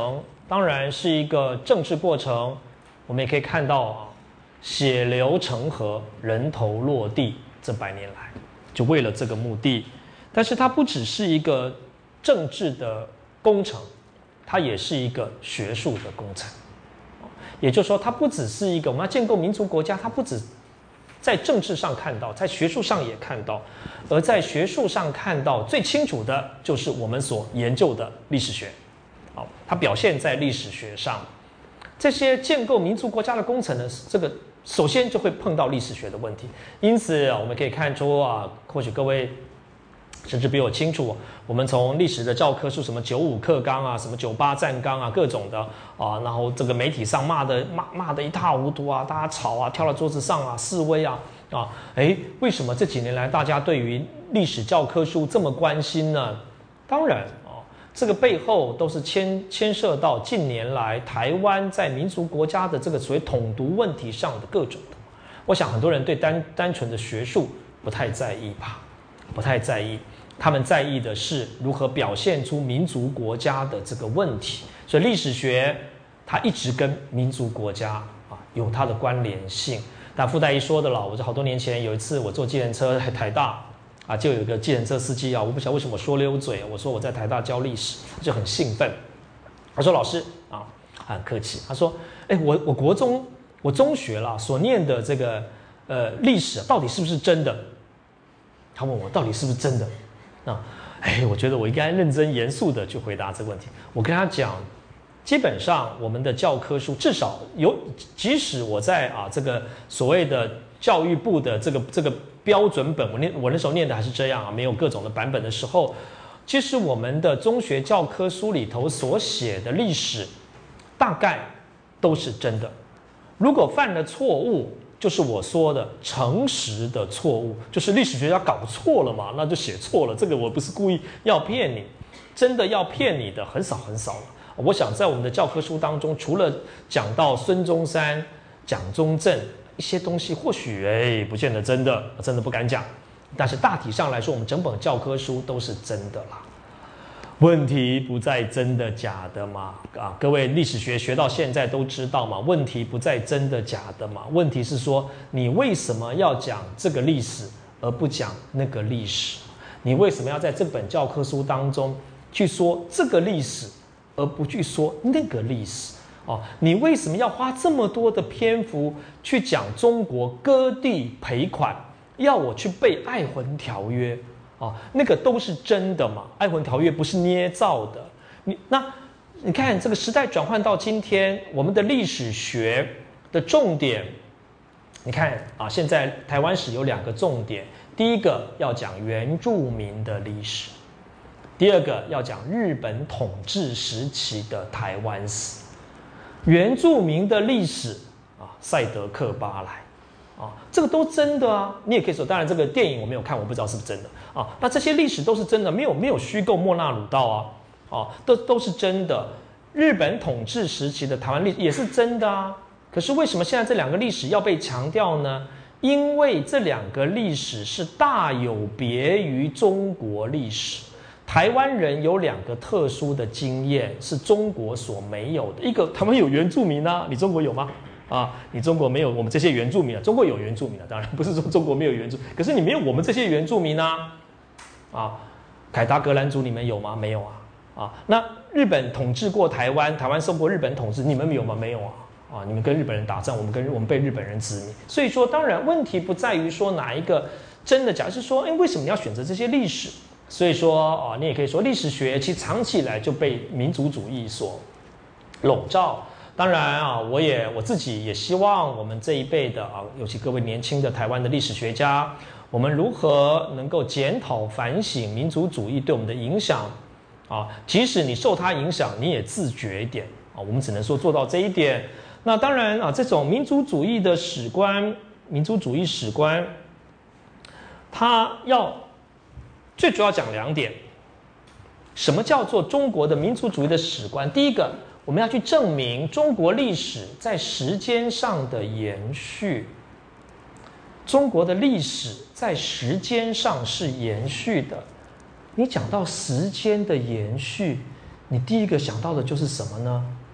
当然是一个政治过程。我们也可以看到啊，血流成河，人头落地，这百年来就为了这个目的。但是它不只是一个政治的工程，它也是一个学术的工程。也就是说，它不只是一个我们要建构民族国家，它不只在政治上看到，在学术上也看到。而在学术上看到最清楚的就是我们所研究的历史学。好，它表现在历史学上。这些建构民族国家的工程呢，这个首先就会碰到历史学的问题。因此，我们可以看出啊，或许各位甚至比我清楚，我们从历史的教科书，什么九五课纲啊，什么九八战纲啊，各种的啊，然后这个媒体上骂的骂骂的一塌糊涂啊，大家吵啊，跳到桌子上啊，示威啊啊，哎，为什么这几年来大家对于历史教科书这么关心呢？当然。这个背后都是牵牵涉到近年来台湾在民族国家的这个所谓统独问题上的各种的。我想很多人对单单纯的学术不太在意吧，不太在意，他们在意的是如何表现出民族国家的这个问题。所以历史学它一直跟民族国家啊有它的关联性。但附带一说的了，我就好多年前有一次我坐计程车来台大。啊，就有一个计程车司机啊，我不晓得为什么我说溜嘴，我说我在台大教历史，就很兴奋。他说老师啊，很客气，他说，哎，我我国中我中学啦所念的这个呃历史到底是不是真的？他问我到底是不是真的？啊，哎，我觉得我应该认真严肃的去回答这个问题。我跟他讲，基本上我们的教科书至少有，即使我在啊这个所谓的教育部的这个这个。标准本，我念我那时候念的还是这样啊，没有各种的版本的时候，其实我们的中学教科书里头所写的历史，大概都是真的。如果犯了错误，就是我说的诚实的错误，就是历史学家搞错了嘛，那就写错了。这个我不是故意要骗你，真的要骗你的很少很少了。我想在我们的教科书当中，除了讲到孙中山、蒋中正。一些东西或许哎不见得真的，真的不敢讲，但是大体上来说，我们整本教科书都是真的啦。问题不在真的假的嘛？啊，各位历史学学到现在都知道嘛？问题不在真的假的嘛？问题是说你为什么要讲这个历史而不讲那个历史？你为什么要在这本教科书当中去说这个历史，而不去说那个历史？哦，你为什么要花这么多的篇幅去讲中国割地赔款？要我去背《爱魂条约》哦，那个都是真的嘛？《爱魂条约》不是捏造的。你那你看这个时代转换到今天，我们的历史学的重点，你看啊，现在台湾史有两个重点，第一个要讲原住民的历史，第二个要讲日本统治时期的台湾史。原住民的历史啊，赛德克巴莱啊，这个都真的啊。你也可以说，当然这个电影我没有看，我不知道是不是真的啊。那这些历史都是真的，没有没有虚构莫纳鲁道啊，啊，都都是真的。日本统治时期的台湾历史也是真的啊。可是为什么现在这两个历史要被强调呢？因为这两个历史是大有别于中国历史。台湾人有两个特殊的经验是中国所没有的，一个台湾有原住民啊，你中国有吗？啊，你中国没有我们这些原住民啊，中国有原住民啊，当然不是说中国没有原住，可是你没有我们这些原住民啊，啊，凯达格兰族你们有吗？没有啊，啊，那日本统治过台湾，台湾受过日本统治，你们有吗？没有啊，啊，你们跟日本人打仗，我们跟我们被日本人殖民，所以说当然问题不在于说哪一个真的假，是说，哎，为什么你要选择这些历史？所以说啊，你也可以说历史学其实长期以来就被民族主义所笼罩。当然啊，我也我自己也希望我们这一辈的啊，尤其各位年轻的台湾的历史学家，我们如何能够检讨反省民族主义对我们的影响啊？即使你受它影响，你也自觉一点啊。我们只能说做到这一点。那当然啊，这种民族主义的史观，民族主义史观，它要最主要讲两点。什么叫做中国的民族主义的史观？第一个，我们要去证明中国历史在时间上的延续。中国的历史在时间上是延续的。你讲到时间的延续，你第一个想到的就是什么呢？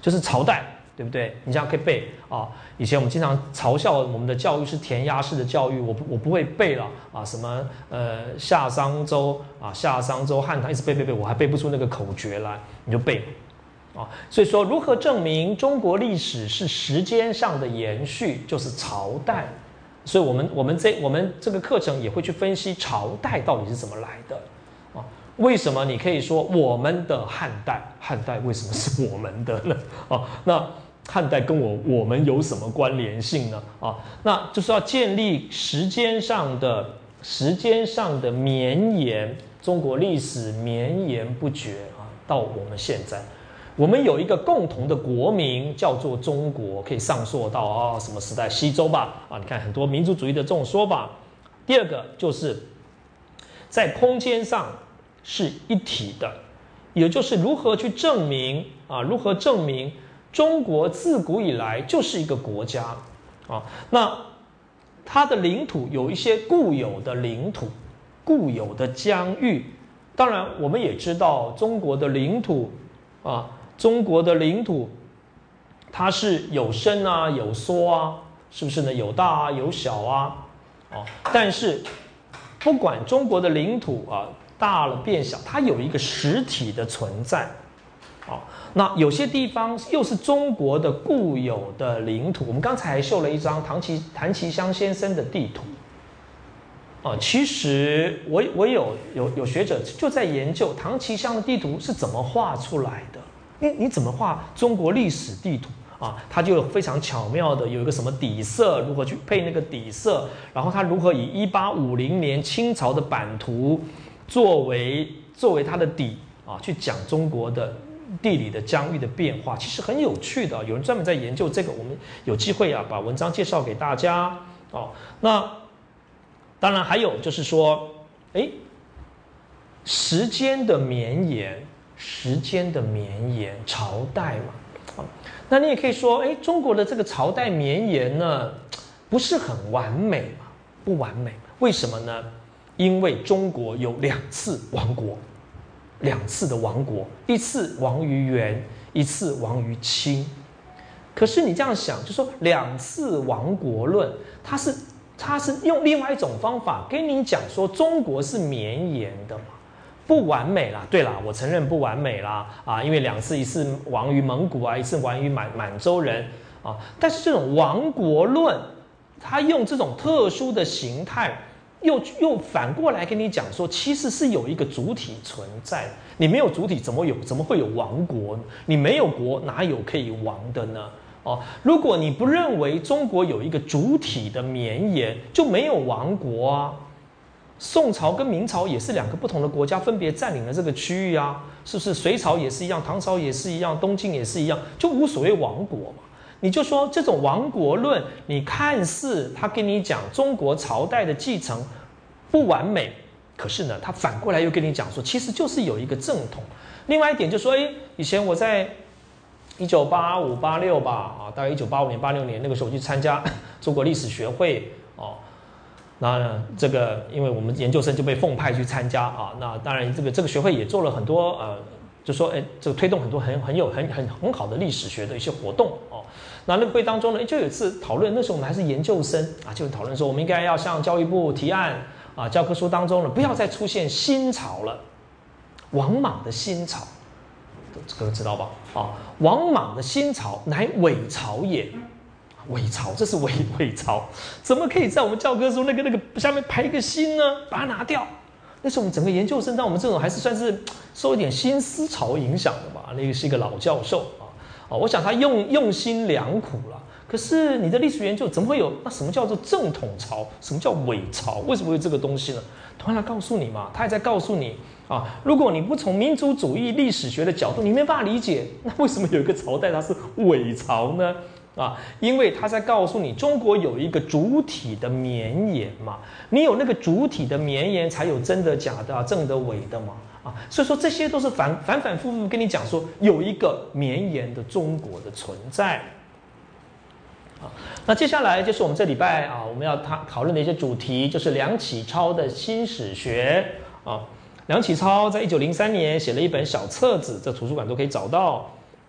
就是朝代，对不对？你这样可以背啊。以前我们经常嘲笑我们的教育是填鸭式的教育，我不我不会背了啊，什么呃夏商周啊，夏商周汉唐，一直背背背，我还背不出那个口诀来，你就背啊。所以说，如何证明中国历史是时间上的延续，就是朝代。所以我们我们这我们这个课程也会去分析朝代到底是怎么来的啊？为什么你可以说我们的汉代？汉代为什么是我们的呢？啊，那汉代跟我我们有什么关联性呢？啊，那就是要建立时间上的时间上的绵延，中国历史绵延不绝啊，到我们现在。我们有一个共同的国名叫做中国，可以上溯到啊什么时代？西周吧，啊，你看很多民族主义的这种说法。第二个就是在空间上是一体的，也就是如何去证明啊，如何证明中国自古以来就是一个国家啊，那它的领土有一些固有的领土、固有的疆域。当然，我们也知道中国的领土啊。中国的领土，它是有伸啊，有缩啊，是不是呢？有大啊，有小啊，哦。但是，不管中国的领土啊大了变小，它有一个实体的存在，哦。那有些地方又是中国的固有的领土。我们刚才还秀了一张唐其谭其骧先生的地图，啊，其实我我有有有学者就在研究唐其骧的地图是怎么画出来的。你你怎么画中国历史地图啊？它就非常巧妙的有一个什么底色，如何去配那个底色，然后它如何以一八五零年清朝的版图作为作为它的底啊，去讲中国的地理的疆域的变化，其实很有趣的。有人专门在研究这个，我们有机会啊把文章介绍给大家哦。那当然还有就是说，哎，时间的绵延。时间的绵延，朝代嘛，那你也可以说，哎，中国的这个朝代绵延呢，不是很完美嘛，不完美。为什么呢？因为中国有两次亡国，两次的亡国，一次亡于元，一次亡于清。可是你这样想，就说两次亡国论，它是它是用另外一种方法跟你讲说，中国是绵延的嘛。不完美啦，对啦，我承认不完美啦，啊，因为两次，一次亡于蒙古啊，一次亡于满满洲人啊，但是这种亡国论，他用这种特殊的形态，又又反过来跟你讲说，其实是有一个主体存在，你没有主体，怎么有怎么会有亡国呢？你没有国，哪有可以亡的呢？哦，如果你不认为中国有一个主体的绵延，就没有亡国啊。宋朝跟明朝也是两个不同的国家，分别占领了这个区域啊，是不是？隋朝也是一样，唐朝也是一样，东晋也是一样，就无所谓亡国嘛。你就说这种亡国论，你看似他跟你讲中国朝代的继承不完美，可是呢，他反过来又跟你讲说，其实就是有一个正统。另外一点就说，哎，以前我在一九八五八六吧，啊，大概一九八五年八六年那个时候去参加中国历史学会哦。那呢，这个因为我们研究生就被奉派去参加啊，那当然这个这个学会也做了很多呃，就说哎，这个推动很多很很有很很很好的历史学的一些活动哦。那那个会当中呢，就有一次讨论，那时候我们还是研究生啊，就讨论说我们应该要向教育部提案啊，教科书当中呢不要再出现新朝了，王莽的新朝，这个知道吧？啊，王莽的新朝乃伪朝也。伪朝，这是伪伪朝，怎么可以在我们教科书那个那个下面排一个新呢？把它拿掉。那是我们整个研究生，但我们这种还是算是受一点新思潮影响的吧。那个是一个老教授啊，哦，我想他用用心良苦了。可是你的历史研究怎么会有？那什么叫做正统朝？什么叫伪朝？为什么会有这个东西呢？同样来告诉你嘛，他也在告诉你啊，如果你不从民族主义历史学的角度，你没办法理解，那为什么有一个朝代它是伪朝呢？啊，因为他在告诉你，中国有一个主体的绵延嘛，你有那个主体的绵延，才有真的假的、啊、正的伪的嘛，啊，所以说这些都是反反反复复跟你讲说，有一个绵延的中国的存在。啊，那接下来就是我们这礼拜啊，我们要讨讨论的一些主题，就是梁启超的新史学啊。梁启超在一九零三年写了一本小册子，这图书馆都可以找到。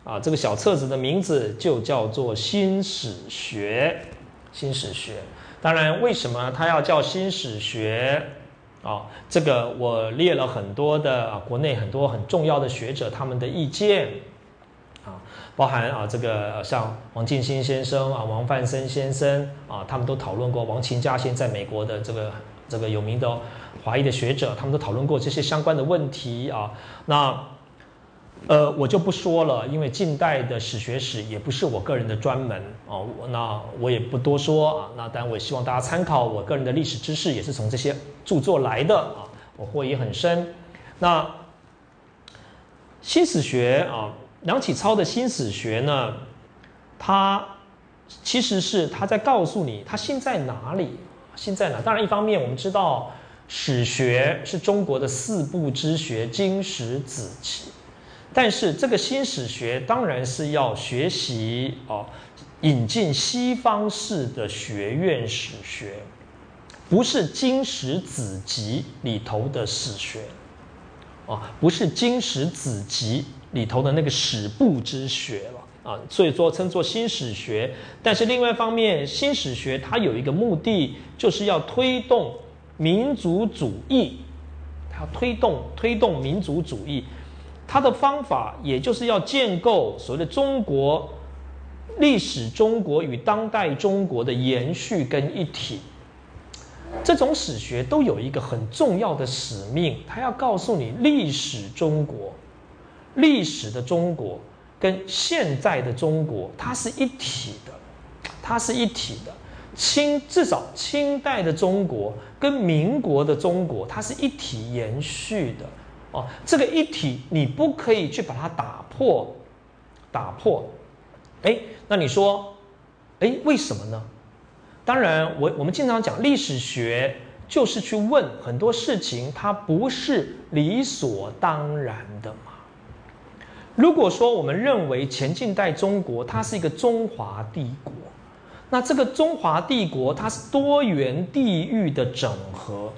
啊，这个小册子的名字就叫做新史学。新史学，当然为什么它要叫新史学？啊，这个我列了很多的啊，国内很多很重要的学者他们的意见。啊，包含啊这个像王进兴先生啊、王范森先生啊，他们都讨论过。王勤嘉先在美国的这个这个有名的华裔的学者，他们都讨论过这些相关的问题啊。那呃我就不说了，因为近代的史学史也不是我个人的专门哦，那我也不多说啊。那当然我也希望大家参考我个人的历史知识，也是从这些著作来的啊，我获益很深。那新史学啊。梁启超的新史学呢，他其实是他在告诉你他心在哪里，心在哪。当然，一方面我们知道史学是中国的四部之学，经史子集，但是这个新史学当然是要学习哦，引进西方式的学院史学，不是经史子集里头的史学，哦，不是经史子集里头的那个史部之学了啊，所以说称作新史学。但是另外一方面，新史学它有一个目的，就是要推动民族主义，它要推动推动民族主义。它的方法也就是要建构所谓的中国历史，中国与当代中国的延续跟一体。这种史学都有一个很重要的使命，它要告诉你历史中国。历史的中国跟现在的中国，它是一体的，它是一体的。清至少清代的中国跟民国的中国，它是一体延续的哦。这个一体你不可以去把它打破，打破。哎，那你说，哎，为什么呢？当然，我我们经常讲历史学，就是去问很多事情，它不是理所当然的嘛。如果说我们认为前近代中国它是一个中华帝国，那这个中华帝国它是多元地域的整合，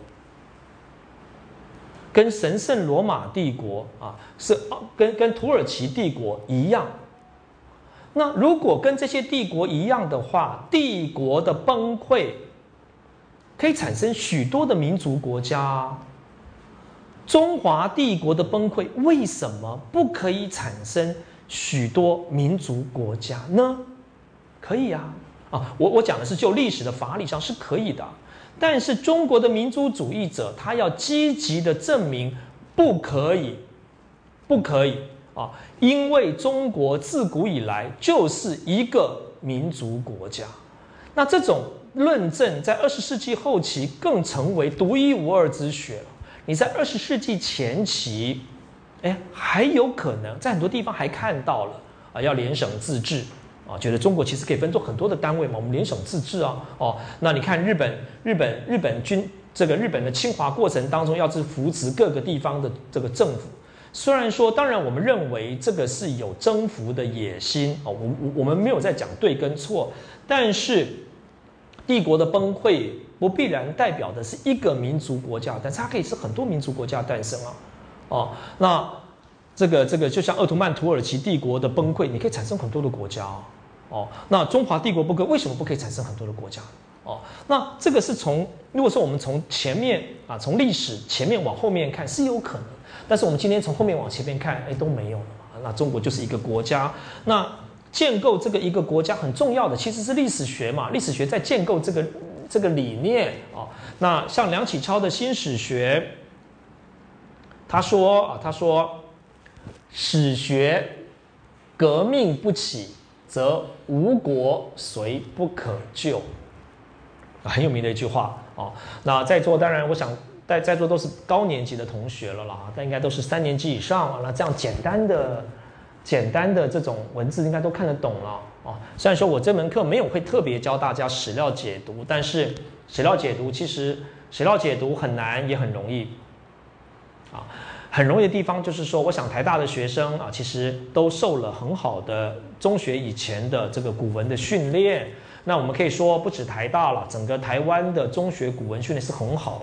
跟神圣罗马帝国啊，是跟跟土耳其帝国一样。那如果跟这些帝国一样的话，帝国的崩溃可以产生许多的民族国家啊。中华帝国的崩溃为什么不可以产生许多民族国家呢？可以啊，啊，我我讲的是就历史的法理上是可以的，但是中国的民族主义者他要积极的证明不可以，不可以啊，因为中国自古以来就是一个民族国家，那这种论证在二十世纪后期更成为独一无二之学了。你在二十世纪前期，哎，还有可能在很多地方还看到了啊，要联省自治啊，觉得中国其实可以分作很多的单位嘛，我们联省自治啊，哦，那你看日本，日本日本军这个日本的侵华过程当中，要去扶持各个地方的这个政府，虽然说，当然我们认为这个是有征服的野心哦，我我们没有在讲对跟错，但是帝国的崩溃不必然代表的是一个民族国家，但是它可以是很多民族国家诞生啊，哦，那这个这个就像鄂图曼土耳其帝国的崩溃，你可以产生很多的国家哦，哦，那中华帝国崩溃为什么不可以产生很多的国家？哦，那这个是从如果说我们从前面啊，从历史前面往后面看是有可能，但是我们今天从后面往前面看，哎，都没有了嘛。那中国就是一个国家，那建构这个一个国家很重要的其实是历史学嘛，历史学在建构这个这个理念啊。那像梁启超的新史学，他说啊，他说史学革命不起，则吴国虽不可救。很有名的一句话哦。那在座当然，我想在在座都是高年级的同学了啦，但应该都是三年级以上啊。那这样简单的、简单的这种文字应该都看得懂了哦。虽然说我这门课没有会特别教大家史料解读，但是史料解读其实史料解读很难也很容易啊。很容易的地方就是说，我想台大的学生啊，其实都受了很好的中学以前的这个古文的训练。那我们可以说，不止台大了，整个台湾的中学古文训练是很好的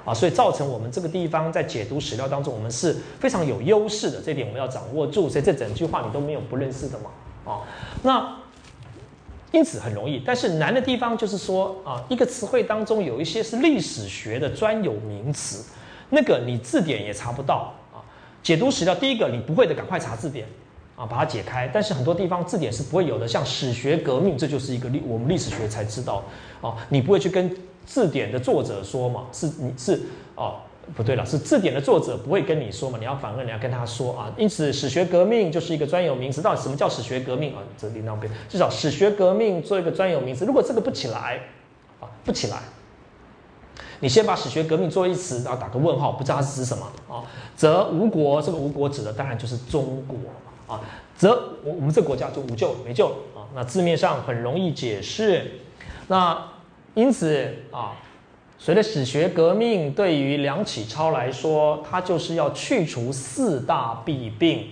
啊，所以造成我们这个地方在解读史料当中，我们是非常有优势的，这点我们要掌握住。所以这整句话你都没有不认识的嘛，啊，那因此很容易。但是难的地方就是说啊，一个词汇当中有一些是历史学的专有名词，那个你字典也查不到啊。解读史料，第一个你不会的赶快查字典。啊，把它解开，但是很多地方字典是不会有的，像史学革命，这就是一个历我们历史学才知道哦。你不会去跟字典的作者说嘛？是你是哦，不对了，是字典的作者不会跟你说嘛？你要反而你要跟他说啊。因此，史学革命就是一个专有名词。到底什么叫史学革命啊？这另当别，至少史学革命做一个专有名词。如果这个不起来啊，不起来，你先把史学革命做一词，然后打个问号，不知道它是指什么啊？则吴国，这个吴国指的当然就是中国。啊，则我我们这个国家就无救没救了啊。那字面上很容易解释。那因此啊，随着史学革命，对于梁启超来说，他就是要去除四大弊病。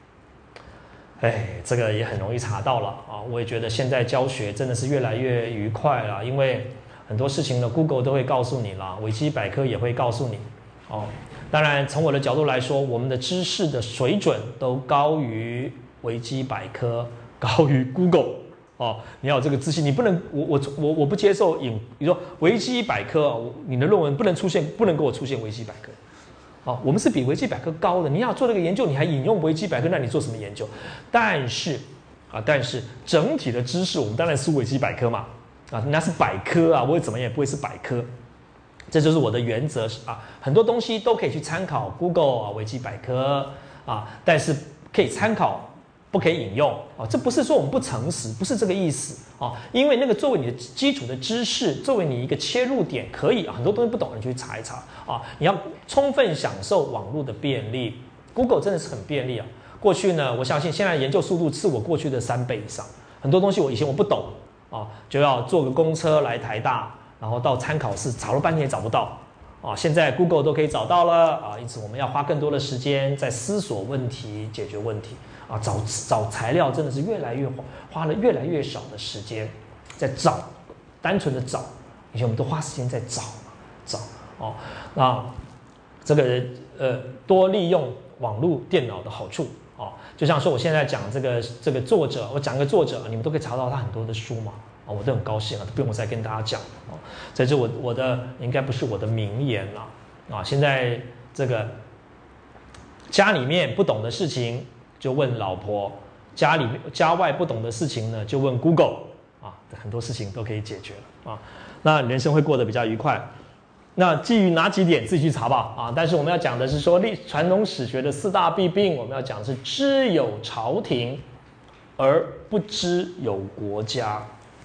哎，这个也很容易查到了啊。我也觉得现在教学真的是越来越愉快了，因为很多事情呢 ，Google 都会告诉你啦，维基百科也会告诉你哦。当然，从我的角度来说，我们的知识的水准都高于维基百科，高于 Google 哦。你要有这个自信，你不能，我我我我不接受引，你说维基百科，你的论文不能出现，不能给我出现维基百科。哦，我们是比维基百科高的。你要做这个研究，你还引用维基百科，那你做什么研究？但是啊，但是整体的知识，我们当然是维基百科嘛。啊，那是百科啊，我怎么也不会是百科。这就是我的原则啊，很多东西都可以去参考 Google 啊、维基百科啊，但是可以参考，不可以引用啊。这不是说我们不诚实，不是这个意思啊。因为那个作为你的基础的知识，作为你一个切入点，可以很多东西不懂，你去查一查啊。你要充分享受网络的便利 ，Google 真的是很便利啊。过去呢，我相信现在研究速度是我过去的三倍以上，很多东西我以前我不懂啊，就要坐个公车来台大。然后到参考室找了半天也找不到啊，现在 Google 都可以找到了啊，因此我们要花更多的时间在思索问题、解决问题啊，找找材料真的是越来越花了越来越少的时间在找，单纯的找，以前我们都花时间在找找哦，那这个呃多利用网络电脑的好处哦，就像说我现在讲这个这个作者，我讲一个作者，你们都可以查到他很多的书嘛。啊，我都很高兴啊，不用我再跟大家讲哦。这是我我的应该不是我的名言啦啊。现在这个家里面不懂的事情就问老婆，家里家外不懂的事情呢就问 Google 啊，很多事情都可以解决了啊。那人生会过得比较愉快。那基于哪几点自己去查吧啊。但是我们要讲的是说历传统史学的四大弊病，我们要讲的是知有朝廷而不知有国家。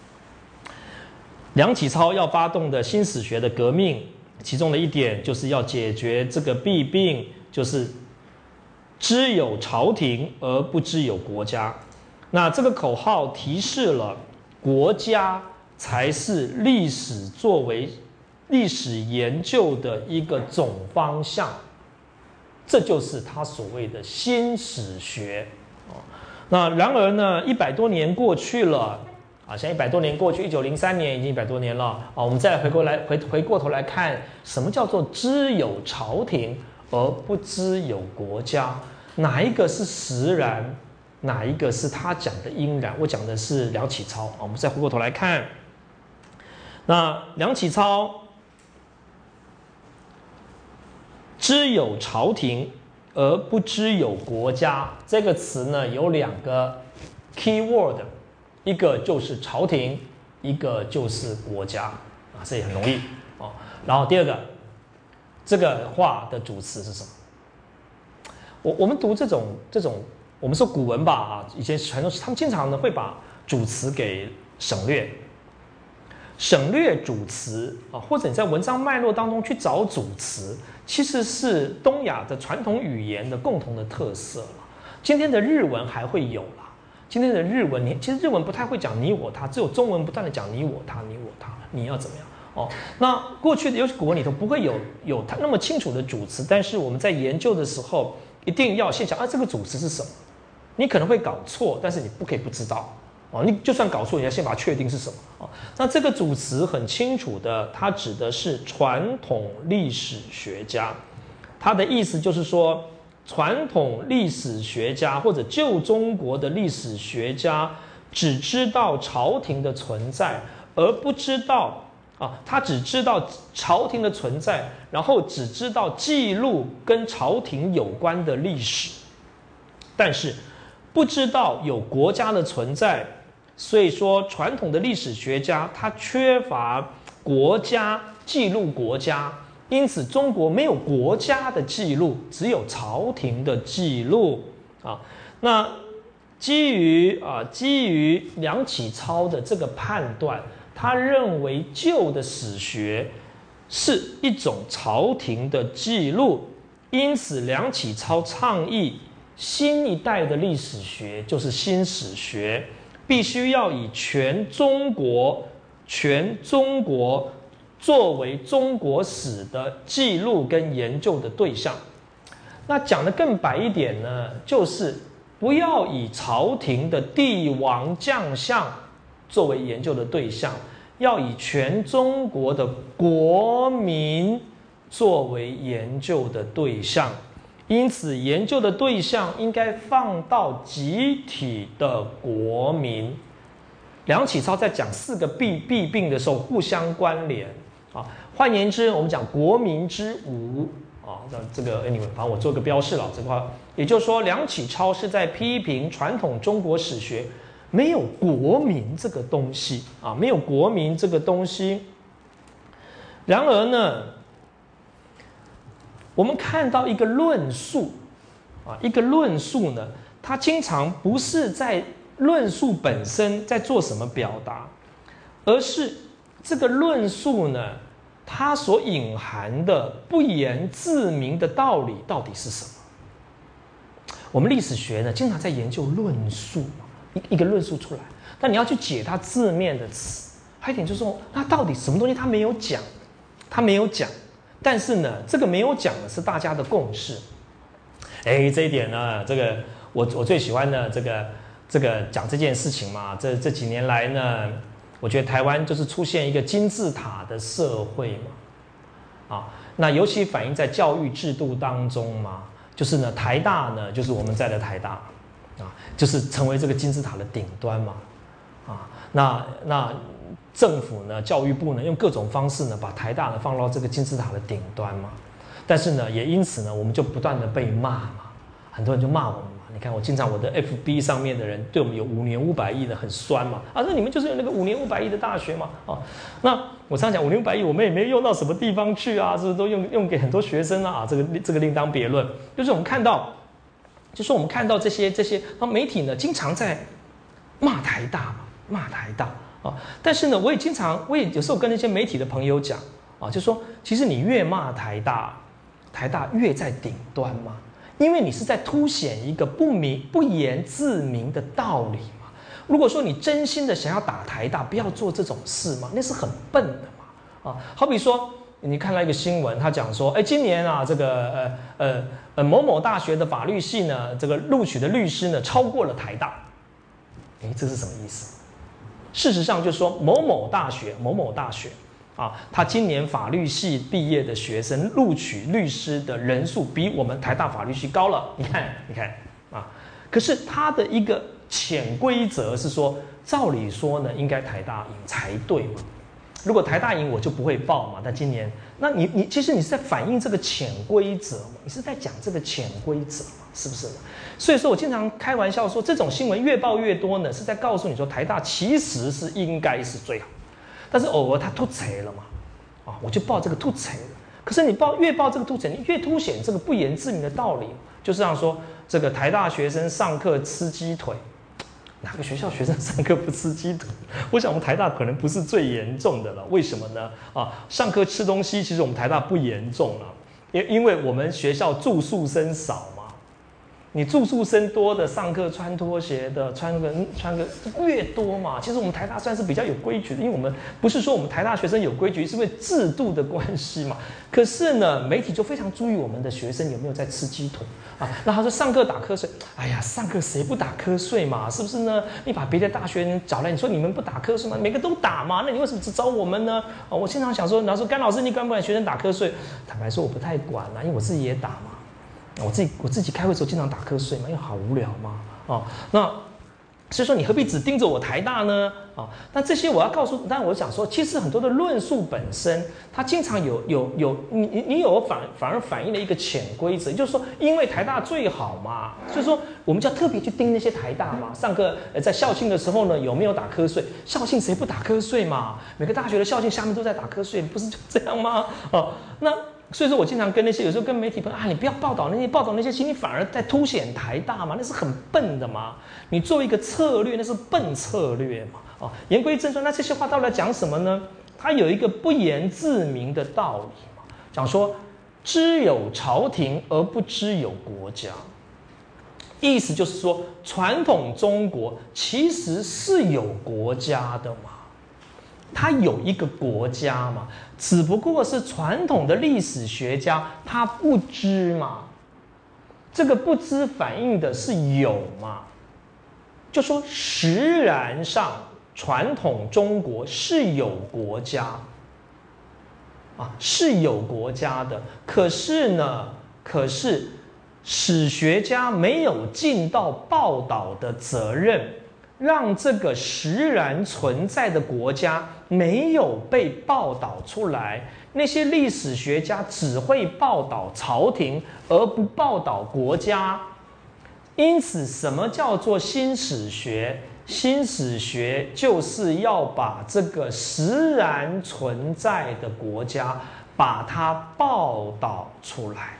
梁启超要发动的新史学的革命，其中的一点就是要解决这个弊病，就是知有朝廷而不知有国家。那这个口号提示了国家才是历史作为历史研究的一个总方向，这就是他所谓的新史学。那然而呢，一百多年过去了。啊，现在一百多年过去，一九零三年已经一百多年了啊。我们再回过来回回过头来看，什么叫做知有朝廷而不知有国家？哪一个是实然？哪一个是他讲的应然？我讲的是梁启超啊。我们再回过头来看，那梁启超知有朝廷而不知有国家这个词呢，有两个 key word。一个就是朝廷，一个就是国家啊，这也很容易哦。然后第二个，这个话的主词是什么？我我们读这种这种，我们说古文吧啊，以前传统他们经常呢会把主词给省略，省略主词啊，或者你在文章脉络当中去找主词，其实是东亚的传统语言的共同的特色了。今天的日文还会有啦。今天的日文，你其实日文不太会讲你我他，只有中文不断的讲你我他，你我他，你要怎么样哦？那过去的尤其古文里头不会有有它那么清楚的主词，但是我们在研究的时候，一定要先想啊，这个主词是什么？你可能会搞错，但是你不可以不知道哦，你就算搞错，你要先把它确定是什么哦。那这个主词很清楚的，它指的是传统历史学家，它的意思就是说，传统历史学家或者旧中国的历史学家只知道朝廷的存在，而不知道啊，他只知道朝廷的存在，然后只知道记录跟朝廷有关的历史，但是不知道有国家的存在。所以说，传统的历史学家他缺乏国家记录国家，因此中国没有国家的记录，只有朝廷的记录啊。那基于啊基于梁启超的这个判断，他认为旧的史学是一种朝廷的记录，因此梁启超倡议新一代的历史学就是新史学。必须要以全中国、全中国作为中国史的记录跟研究的对象。那讲得更白一点呢，就是不要以朝廷的帝王将相作为研究的对象，要以全中国的国民作为研究的对象。因此，研究的对象应该放到集体的国民。梁启超在讲四个弊弊病的时候互相关联啊。换言之，我们讲国民之武啊，那这个 anyway， 反正我做个标示了这块。也就是说，梁启超是在批评传统中国史学没有国民这个东西啊，没有国民这个东西。然而呢，我们看到一个论述啊，一个论述呢，它经常不是在论述本身在做什么表达，而是这个论述呢，它所隐含的不言自明的道理到底是什么？我们历史学呢，经常在研究论述，一一个论述出来，但你要去解它字面的词。还有一点就是说，那到底什么东西它没有讲？它没有讲。但是呢，这个没有讲的是大家的共识。哎，这一点呢，这个我我最喜欢的这个这个讲这件事情嘛。这这几年来呢，我觉得台湾就是出现一个金字塔的社会嘛，啊，那尤其反映在教育制度当中嘛，就是呢，台大呢，就是我们在的台大，啊，就是成为这个金字塔的顶端嘛，啊，那那。政府呢，教育部呢，用各种方式呢，把台大呢放到这个金字塔的顶端嘛。但是呢，也因此呢，我们就不断的被骂嘛，很多人就骂我们嘛。你看，我经常我的 F B 上面的人对我们有五年五百亿的很酸嘛，啊，那你们就是有那个五年五百亿的大学嘛，啊，那我常讲五年五百亿，我们也没用到什么地方去啊，是不是都用用给很多学生啊？啊这个这个另当别论。就是我们看到，就是我们看到这些这些，那媒体呢，经常在骂台大嘛，骂台大。但是呢，我也经常，我也有时候跟那些媒体的朋友讲啊，就说其实你越骂台大，台大越在顶端嘛，因为你是在凸显一个不明不言自明的道理嘛。如果说你真心的想要打台大，不要做这种事嘛，那是很笨的嘛。啊，好比说你看到一个新闻，他讲说，哎，今年啊，这个呃呃呃某某大学的法律系呢，这个录取的律师呢，超过了台大，哎，这是什么意思？事实上，就是说某某大学、某某大学啊，他今年法律系毕业的学生录取律师的人数比我们台大法律系高了。你看，你看啊，可是他的一个潜规则是说，照理说呢，应该台大赢才对嘛。如果台大赢，我就不会报嘛。但今年，那你你其实你是在反映这个潜规则嘛？你是在讲这个潜规则嘛？是不是？所以说我经常开玩笑说，这种新闻越报越多呢，是在告诉你说台大其实是应该是最好，但是偶尔它突锤了嘛，啊，我就报这个突锤了。可是你报越报这个突锤，你越凸显这个不言自明的道理，就是让说这个台大学生上课吃鸡腿。哪个学校学生上课不吃鸡腿？我想我们台大可能不是最严重的了。为什么呢？啊，上课吃东西，其实我们台大不严重了，因因为我们学校住宿生少嘛。 你住宿生多的，上课穿拖鞋的，穿个穿个越多嘛。其实我们台大算是比较有规矩的，因为我们不是说我们台大学生有规矩，是因为制度的关系嘛。可是呢，媒体就非常注意我们的学生有没有在吃鸡腿啊。那他说上课打瞌睡，哎呀，上课谁不打瞌睡嘛？是不是呢？你把别的大学人找来，你说你们不打瞌睡吗？每个都打嘛，那你为什么只找我们呢？啊，我经常想说，然后说甘老师，你管不管学生打瞌睡？坦白说，我不太管啦、啊，因为我自己也打嘛。我自己我自己开会的时候经常打瞌睡嘛，因为好无聊嘛。哦，那所以说你何必只盯着我台大呢？啊，那这些我要告诉，但我想说，其实很多的论述本身，它经常有有有你你你有反反而反映了一个潜规则，就是说，因为台大最好嘛，所以说我们就要特别去盯那些台大嘛。上课呃在校庆的时候呢，有没有打瞌睡？校庆谁不打瞌睡嘛？每个大学的校庆下面都在打瞌睡，不是就这样吗？哦，那。所以说我经常跟那些有时候跟媒体朋友啊，你不要报道那些报道那些，其实你反而在凸显台大嘛，那是很笨的嘛。你作为一个策略，那是笨策略嘛。哦，言归正传，那这些话到底在讲什么呢？它有一个不言自明的道理嘛，讲说知有朝廷而不知有国家，意思就是说传统中国其实是有国家的嘛。它有一个国家嘛，只不过是传统的历史学家他不知嘛，这个不知反映的是有嘛，就说实然上传统中国是有国家啊，是有国家的，可是呢，可是史学家没有尽到报道的责任。让这个实然存在的国家没有被报道出来，那些历史学家只会报道朝廷，而不报道国家。因此，什么叫做新史学？新史学就是要把这个实然存在的国家，把它报道出来。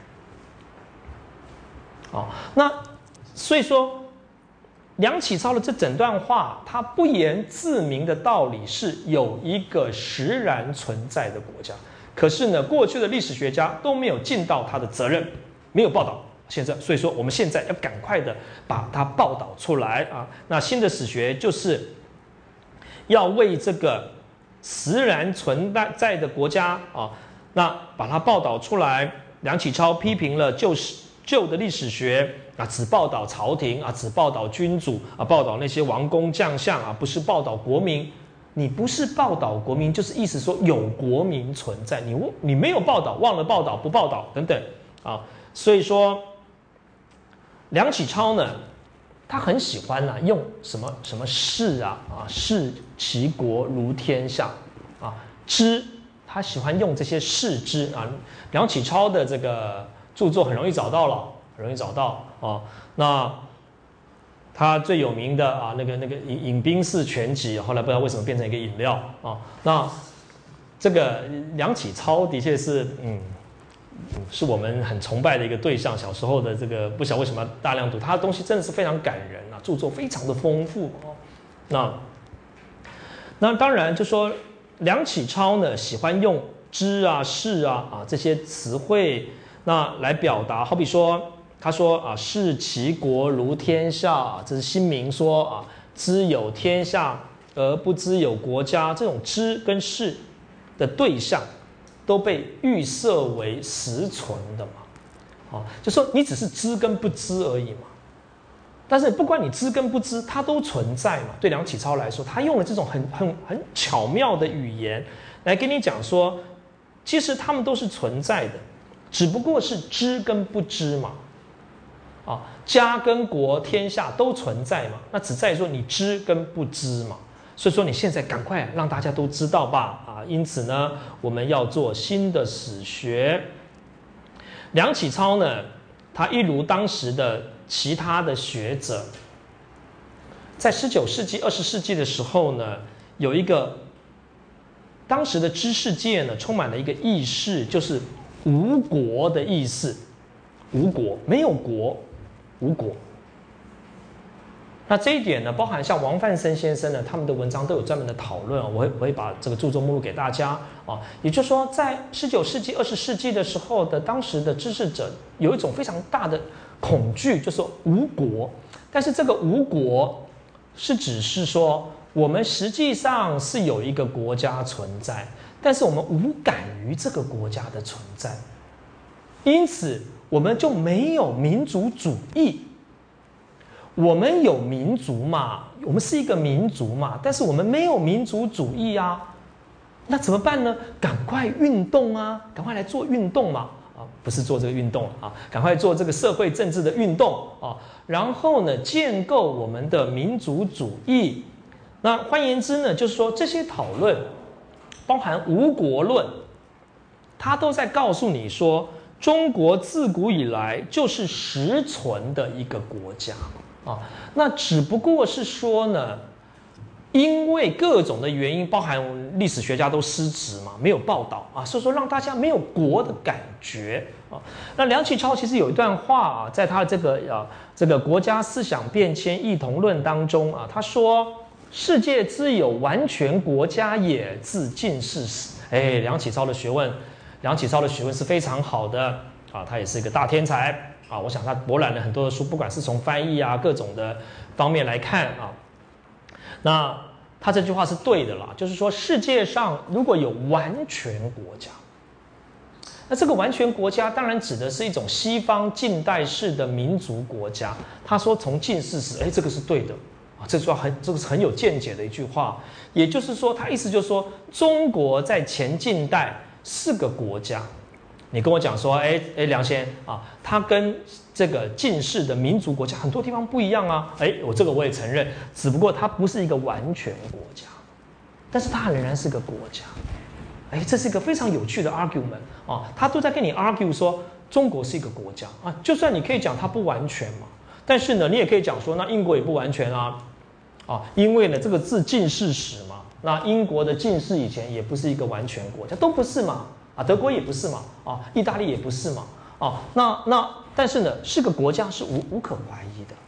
好，那所以说。梁启超的这整段话，他不言自明的道理是有一个实然存在的国家，可是呢，过去的历史学家都没有尽到他的责任，没有报道。现在，所以说我们现在要赶快的把它报道出来啊！那新的史学就是要为这个实然存在的国家啊，那把它报道出来。梁启超批评了旧史旧的历史学。啊，只报道朝廷啊，只报道君主啊，报道那些王公将相啊，不是报道国民。你不是报道国民，就是意思说有国民存在，你你没有报道，忘了报道，不报道等等啊。所以说，梁启超呢，他很喜欢啊，用什么什么事啊啊，视其国如天下啊，知他喜欢用这些事知啊。梁启超的这个著作很容易找到了。很容易找到啊，那他最有名的啊，那个那个饮饮冰室全集，后来不知道为什么变成一个饮料啊。那这个梁启超的确是，嗯，是我们很崇拜的一个对象。小时候的这个不晓得为什么要大量读他的东西，真的是非常感人啊，著作非常的丰富哦。那那当然就说梁启超呢，喜欢用知啊、是啊啊这些词汇，那来表达，好比说。他说啊，视其国如天下，这是辛明说啊，知有天下而不知有国家，这种知跟是的对象都被预设为实存的嘛，啊，就说你只是知跟不知而已嘛。但是不管你知跟不知，它都存在嘛。对梁启超来说，他用了这种很很很巧妙的语言来跟你讲说，其实他们都是存在的，只不过是知跟不知嘛。啊，家跟国、天下都存在嘛，那只在于说你知跟不知嘛。所以说你现在赶快让大家都知道吧，啊，因此呢，我们要做新的史学。梁启超呢，他一如当时的其他的学者，在十九世纪、二十世纪的时候呢，有一个当时的知识界呢，充满了一个意识，就是无国的意识，无国，没有国。无国，那这一点呢，包含像王范生先生呢，他们的文章都有专门的讨论。我会我会把这个著作目录给大家啊。也就是说，在十九世纪、二十世纪的时候的当时的知识者，有一种非常大的恐惧，就是无国。但是这个无国是只是说，我们实际上是有一个国家存在，但是我们无感于这个国家的存在，因此我们就没有民族主义。我们有民族嘛，我们是一个民族嘛，但是我们没有民族主义啊，那怎么办呢？赶快运动啊，赶快来做运动嘛。啊，不是做这个运动啊，赶快做这个社会政治的运动啊，然后呢，建构我们的民族主义。那换言之呢，就是说这些讨论，包含无国论，它都在告诉你说，中国自古以来就是实存的一个国家啊。那只不过是说呢，因为各种的原因，包含历史学家都失职嘛，没有报道啊，所以说让大家没有国的感觉啊。那梁启超其实有一段话啊，在他的这个啊这个国家思想变迁异同论当中啊，他说：“世界之有完全国家也，自尽事始。”哎，梁启超的学问，梁启超的学问是非常好的啊，他也是一个大天才啊。我想他博览了很多的书，不管是从翻译啊各种的方面来看啊。那他这句话是对的啦，就是说世界上如果有完全国家，那这个完全国家当然指的是一种西方近代式的民族国家。他说从近事始，哎，这个是对的啊，这句话很这个是很有见解的一句话。也就是说，他意思就是说，中国在前近代是个国家。你跟我讲说，哎哎，梁先啊，他跟这个近世的民族国家很多地方不一样啊。哎，我这个我也承认，只不过它不是一个完全国家，但是它仍然是个国家。哎，这是一个非常有趣的 argument 啊，他都在跟你 argue 说中国是一个国家啊。就算你可以讲它不完全嘛，但是呢，你也可以讲说，那英国也不完全啊，啊，因为呢这个字近世史嘛，那英国的近世以前也不是一个完全国家，都不是嘛。啊，德国也不是嘛，啊，意大利也不是嘛，啊，那那但是呢，是个国家是无无可怀疑的。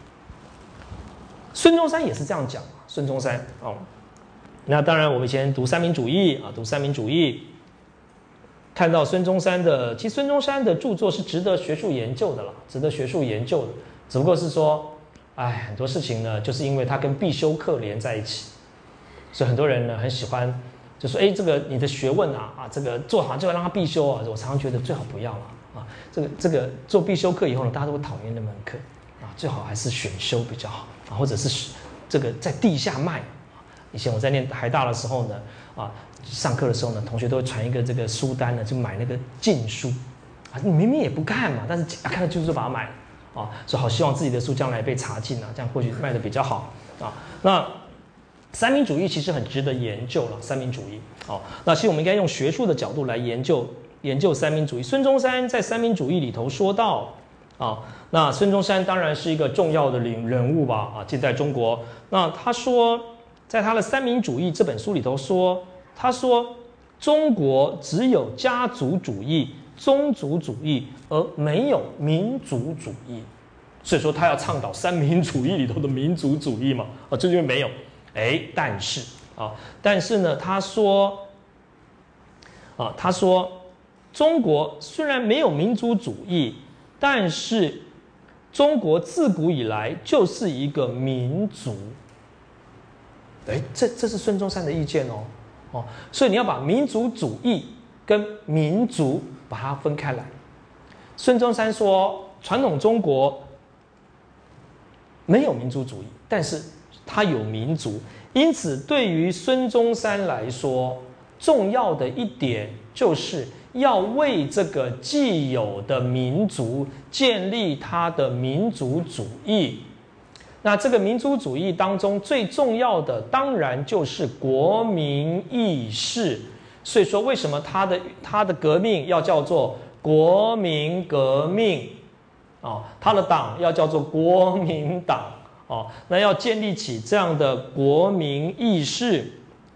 孙中山也是这样讲嘛，孙中山哦，那当然我们以前读三民主义啊，读三民主义，看到孙中山的，其实孙中山的著作是值得学术研究的啦，值得学术研究的，只不过是说，哎，很多事情呢，就是因为他跟必修课连在一起，所以很多人呢很喜欢。就说哎，这个你的学问啊啊，这个做好就要让他必修啊。我常常觉得最好不要了啊。这个这个做必修课以后呢，大家都会讨厌那门课啊，最好还是选修比较好啊，或者是这个在地下卖。以前我在念台大的时候呢，啊，上课的时候呢，同学都会传一个这个书单呢，就买那个禁书啊，你明明也不看嘛，但是看到禁书就把它买了啊，所以好希望自己的书将来被查禁啊，这样或许卖的比较好啊。那三民主义其实很值得研究了，三民主义。好，那其实我们应该用学术的角度来研究研究三民主义。孙中山在三民主义里头说到，啊，那孙中山当然是一个重要的人物吧，啊，近代中国。那他说，在他的《三民主义》这本书里头说，他说中国只有家族主义、宗族主义，而没有民族主义。所以说他要倡导三民主义里头的民族主义嘛，啊，这就没有。哎，但是啊，但是呢，他说，啊，他说，中国虽然没有民族主义，但是中国自古以来就是一个民族。哎，这这是孙中山的意见哦，哦，所以你要把民族主义跟民族把它分开来。孙中山说，传统中国没有民族主义，但是他有民族，因此对于孙中山来说，重要的一点就是要为这个既有的民族建立他的民族主义。那这个民族主义当中最重要的，当然就是国民意识。所以说，为什么他的他的革命要叫做国民革命？哦，他的党要叫做国民党。哦，那要建立起这样的国民意识，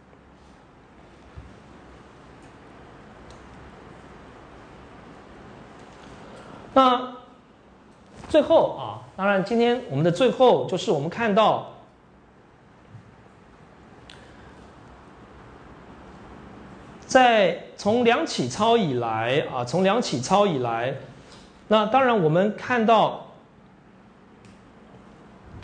那最后啊，当然今天我们的最后就是我们看到，在从梁启超以来啊，从梁启超以来，那当然我们看到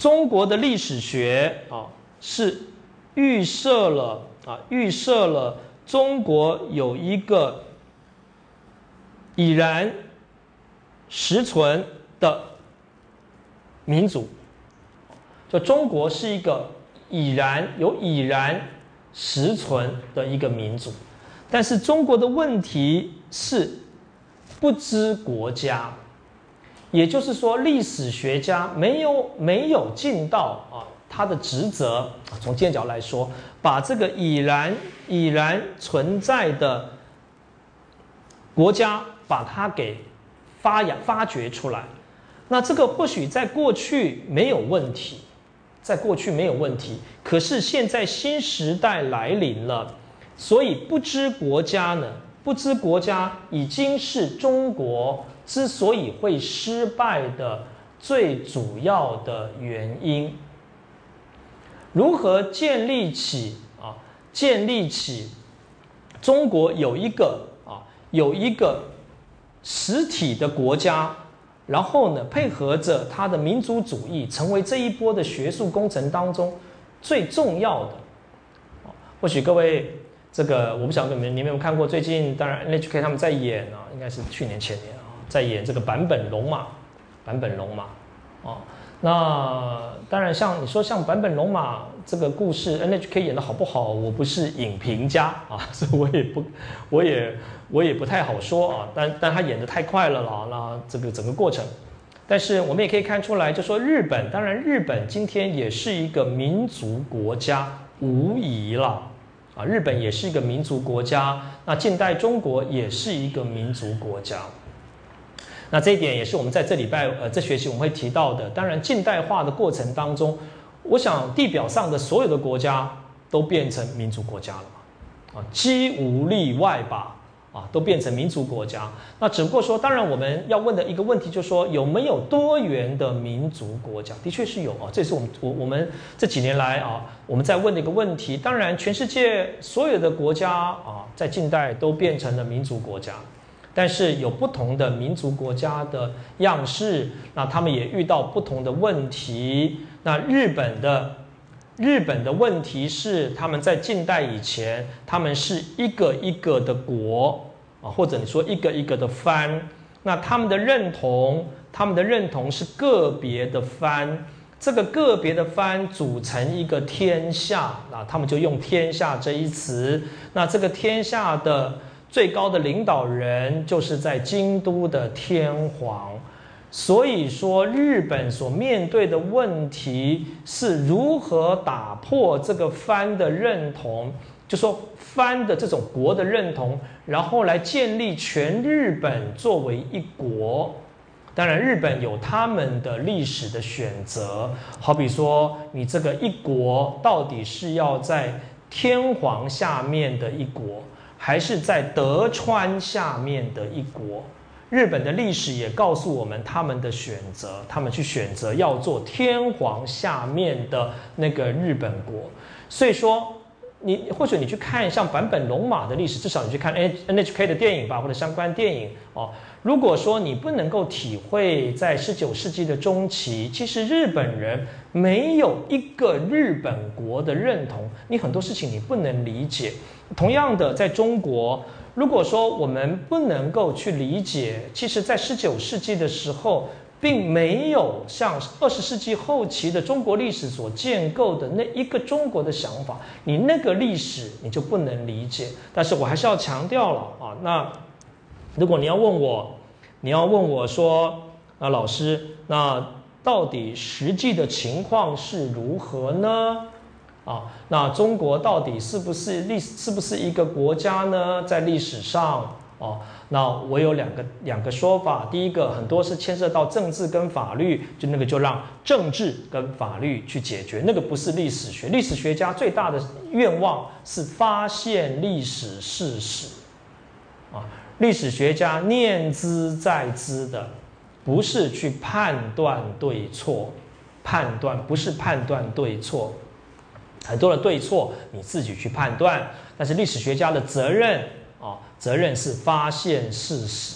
中国的历史学啊是预设了啊预设了中国有一个已然实存的民族，就中国是一个已然有已然实存的一个民族，但是中国的问题是不知国家，也就是说，历史学家没有没有尽到啊他的职责啊，从今天角度来说，把这个已然已然存在的国家，把它给发扬发掘出来。那这个或许在过去没有问题，在过去没有问题，可是现在新时代来临了，所以不知国家呢，不知国家已经是中国之所以会失败的最主要的原因。如何建立起啊，建立起中国有一个啊有一个实体的国家，然后呢，配合着他的民族主义，成为这一波的学术工程当中最重要的。或许各位这个我不晓得你们你们有没有看过，最近当然 N H K 他们在演啊，应该是去年前年啊，在演这个坂本龙马，坂本龙马哦。那当然像你说像坂本龙马这个故事 N H K 演的好不好，我不是影评家啊，所以我也不我也我也不太好说啊。但但他演的太快了啦，那这个整个过程。但是我们也可以看出来，就说日本，当然日本今天也是一个民族国家，无疑了啊，日本也是一个民族国家，那近代中国也是一个民族国家。那这一点也是我们在这礼拜呃这学期我们会提到的。当然，近代化的过程当中，我想地表上的所有的国家都变成民族国家了嘛，啊，几无例外吧，啊，都变成民族国家。那只不过说，当然我们要问的一个问题就是说，有没有多元的民族国家？的确是有啊，这也是我们我我们这几年来啊我们在问的一个问题。当然，全世界所有的国家啊，在近代都变成了民族国家。但是有不同的民族国家的样式，那他们也遇到不同的问题。那日本的日本的问题是，他们在近代以前，他们是一个一个的国啊，或者你说一个一个的藩。那他们的认同，他们的认同是个别的藩，这个个别的藩组成一个天下，那他们就用天下这一词。那这个天下的最高的领导人就是在京都的天皇，所以说日本所面对的问题是如何打破这个藩的认同，就说藩的这种国的认同，然后来建立全日本作为一国。当然日本有他们的历史的选择，好比说你这个一国到底是要在天皇下面的一国，还是在德川下面的一国？日本的历史也告诉我们他们的选择，他们去选择要做天皇下面的那个日本国。所以说，你或者你去看像坂本龙马的历史，至少你去看 N H K 的电影吧，或者相关电影哦。如果说你不能够体会在十九世纪的中期，其实日本人没有一个日本国的认同，你很多事情你不能理解。同样的，在中国，如果说我们不能够去理解，其实在十九世纪的时候，并没有像二十世纪后期的中国历史所建构的那一个中国的想法，你那个历史你就不能理解。但是我还是要强调了啊，那如果你要问我，你要问我说，啊，老师，那到底实际的情况是如何呢？啊，那中国到底是不是历是不是一个国家呢？在历史上，哦，那我有两个两个说法。第一个，很多是牵涉到政治跟法律，就那个就让政治跟法律去解决，那个不是历史学。历史学家最大的愿望是发现历史事实，啊，历史学家念兹在兹的，不是去判断对错，判断不是判断对错。很多的对错你自己去判断，但是历史学家的责任啊，责任是发现事实。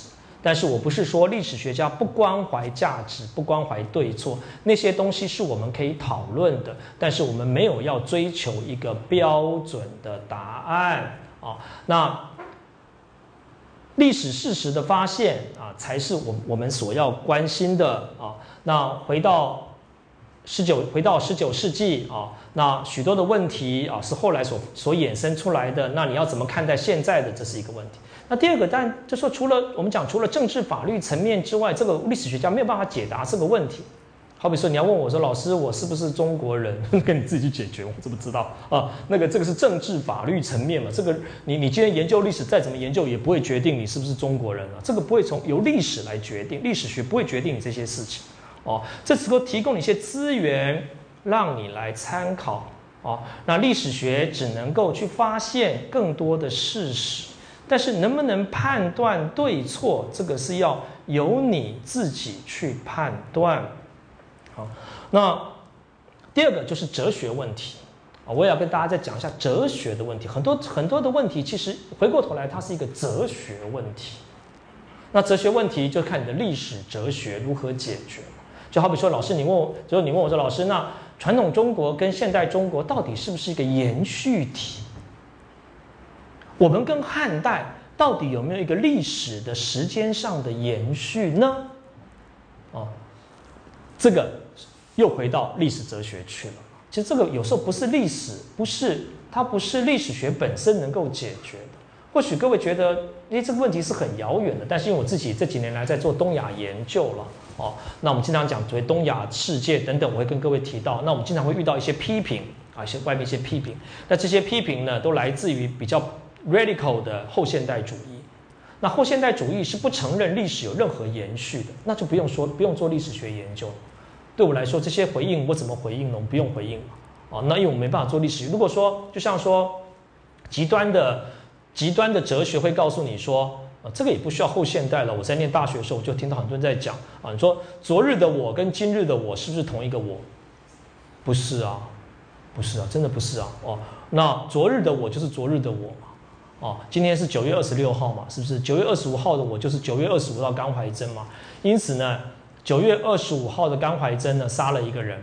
但是我不是说历史学家不关怀价值，不关怀对错，那些东西是我们可以讨论的，但是我们没有要追求一个标准的答案啊。那历史事实的发现啊，才是我我们所要关心的啊。那回到十九，回到十九世纪啊，那许多的问题啊是后来所所衍生出来的。那你要怎么看待现在的，这是一个问题。那第二个，当然就说除了我们讲除了政治法律层面之外，这个历史学家没有办法解答这个问题。好比说，你要问我说，老师，我是不是中国人？跟你自己去解决，我怎么知道啊？那个这个是政治法律层面嘛？这个你你今天研究历史，再怎么研究，也不会决定你是不是中国人啊。这个不会从由历史来决定，历史学不会决定你这些事情哦。这只够提供你一些资源，让你来参考哦。那历史学只能够去发现更多的事实，但是能不能判断对错，这个是要由你自己去判断。好，那第二个就是哲学问题啊，我也要跟大家再讲一下哲学的问题。很多很多的问题，其实回过头来，它是一个哲学问题。那哲学问题就看你的历史哲学如何解决。就好比说，老师你问我，就是你问我说，老师，那传统中国跟现代中国到底是不是一个延续体？我们跟汉代到底有没有一个历史的时间上的延续呢？哦，这个又回到历史哲学去了。其实这个有时候不是历史，不是它不是历史学本身能够解决的。或许各位觉得，诶，这个问题是很遥远的，但是因为我自己这几年来在做东亚研究了，哦，那我们经常讲所谓东亚世界等等，我会跟各位提到，那我们经常会遇到一些批评啊，一些外面一些批评，那这些批评呢，都来自于比较 radical 的后现代主义。那后现代主义是不承认历史有任何延续的，那就不用说不用做历史学研究了。对我来说，这些回应我怎么回应呢？我们不用回应嘛。哦，那因为我们没办法做历史学。如果说就像说极端的极端的哲学会告诉你说，呃，这个也不需要后现代了。我在念大学的时候，我就听到很多人在讲啊，你说昨日的我跟今日的我是不是同一个我？不是啊，不是啊，真的不是啊。哦，那昨日的我就是昨日的我嘛。哦，今天是九月二十六号嘛，是不是？九月二十五号的我就是九月二十五号甘怀真嘛。因此呢，九月二十五号的甘怀真呢杀了一个人嘛。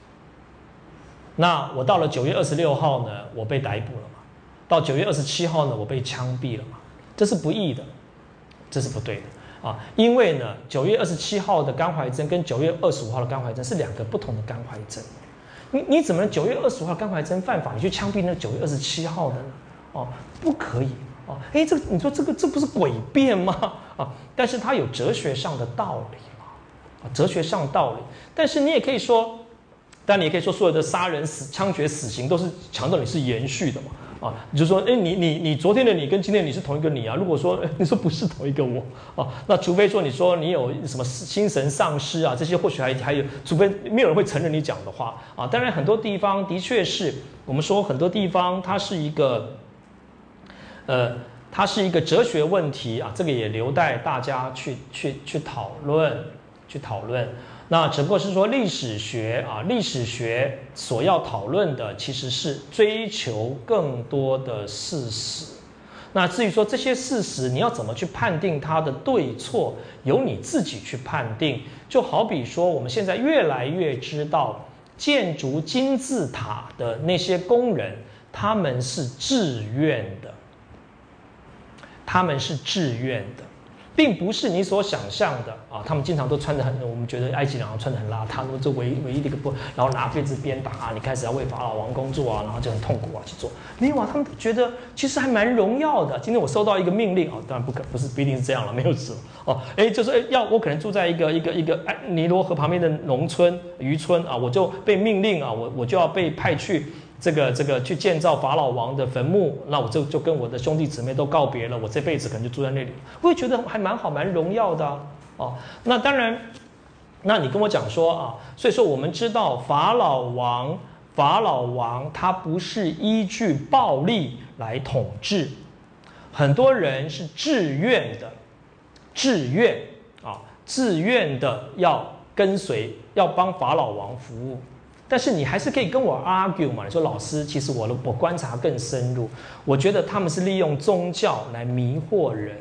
那我到了九月二十六号呢，我被逮捕了嘛。到九月二十七号呢，我被枪毙了嘛。这是不义的，这是不对的啊。因为呢，九月二十七号的甘怀真跟九月二十五号的甘怀真是两个不同的甘怀真。你你怎么能九月二十五号甘怀真犯法，你去枪毙那九月二十七号的呢？哦，不可以哦。哎，这个你说这个这不是诡辩吗？啊，但是它有哲学上的道理嘛，啊，哲学上道理。但是你也可以说，当然你也可以说，所有的杀人死、枪决、死刑都是强调你是延续的嘛。啊，你就说，哎，你你你昨天的你跟今天的你是同一个你啊。如果说你说不是同一个我啊，那除非说你说你有什么精神丧失啊，这些或许还还有，除非没有人会承认你讲的话啊。当然很多地方的确是我们说很多地方它是一个。呃，它是一个哲学问题啊，这个也留待大家去去去讨论，去讨论。那只不过是说历史学啊，历史学所要讨论的其实是追求更多的事实。那至于说这些事实你要怎么去判定它的对错，由你自己去判定。就好比说我们现在越来越知道，建筑金字塔的那些工人，他们是自愿的。他们是自愿的，并不是你所想象的啊。他们经常都穿得很，我们觉得埃及人穿得很邋遢，那么这唯唯一的一个不，然后拿鞭子鞭打啊，你开始要为法老王工作啊，然后就很痛苦啊去做。没有啊，他们觉得其实还蛮荣耀的。今天我收到一个命令哦，当然不可不是不一定是这样了，没有事哦。哎，就是要我可能住在一个一个一个尼罗河旁边的农村渔村啊，我就被命令啊，我我就要被派去。这个这个去建造法老王的坟墓，那我就就跟我的兄弟姊妹都告别了，我这辈子可能就住在那里，我会觉得还蛮好，蛮荣耀的啊。哦，那当然，那你跟我讲说啊，所以说我们知道法老王，法老王他不是依据暴力来统治，很多人是自愿的，自愿啊，自愿的要跟随，要帮法老王服务。但是你还是可以跟我 argue 嘛？你说老师，其实我的我观察更深入，我觉得他们是利用宗教来迷惑人。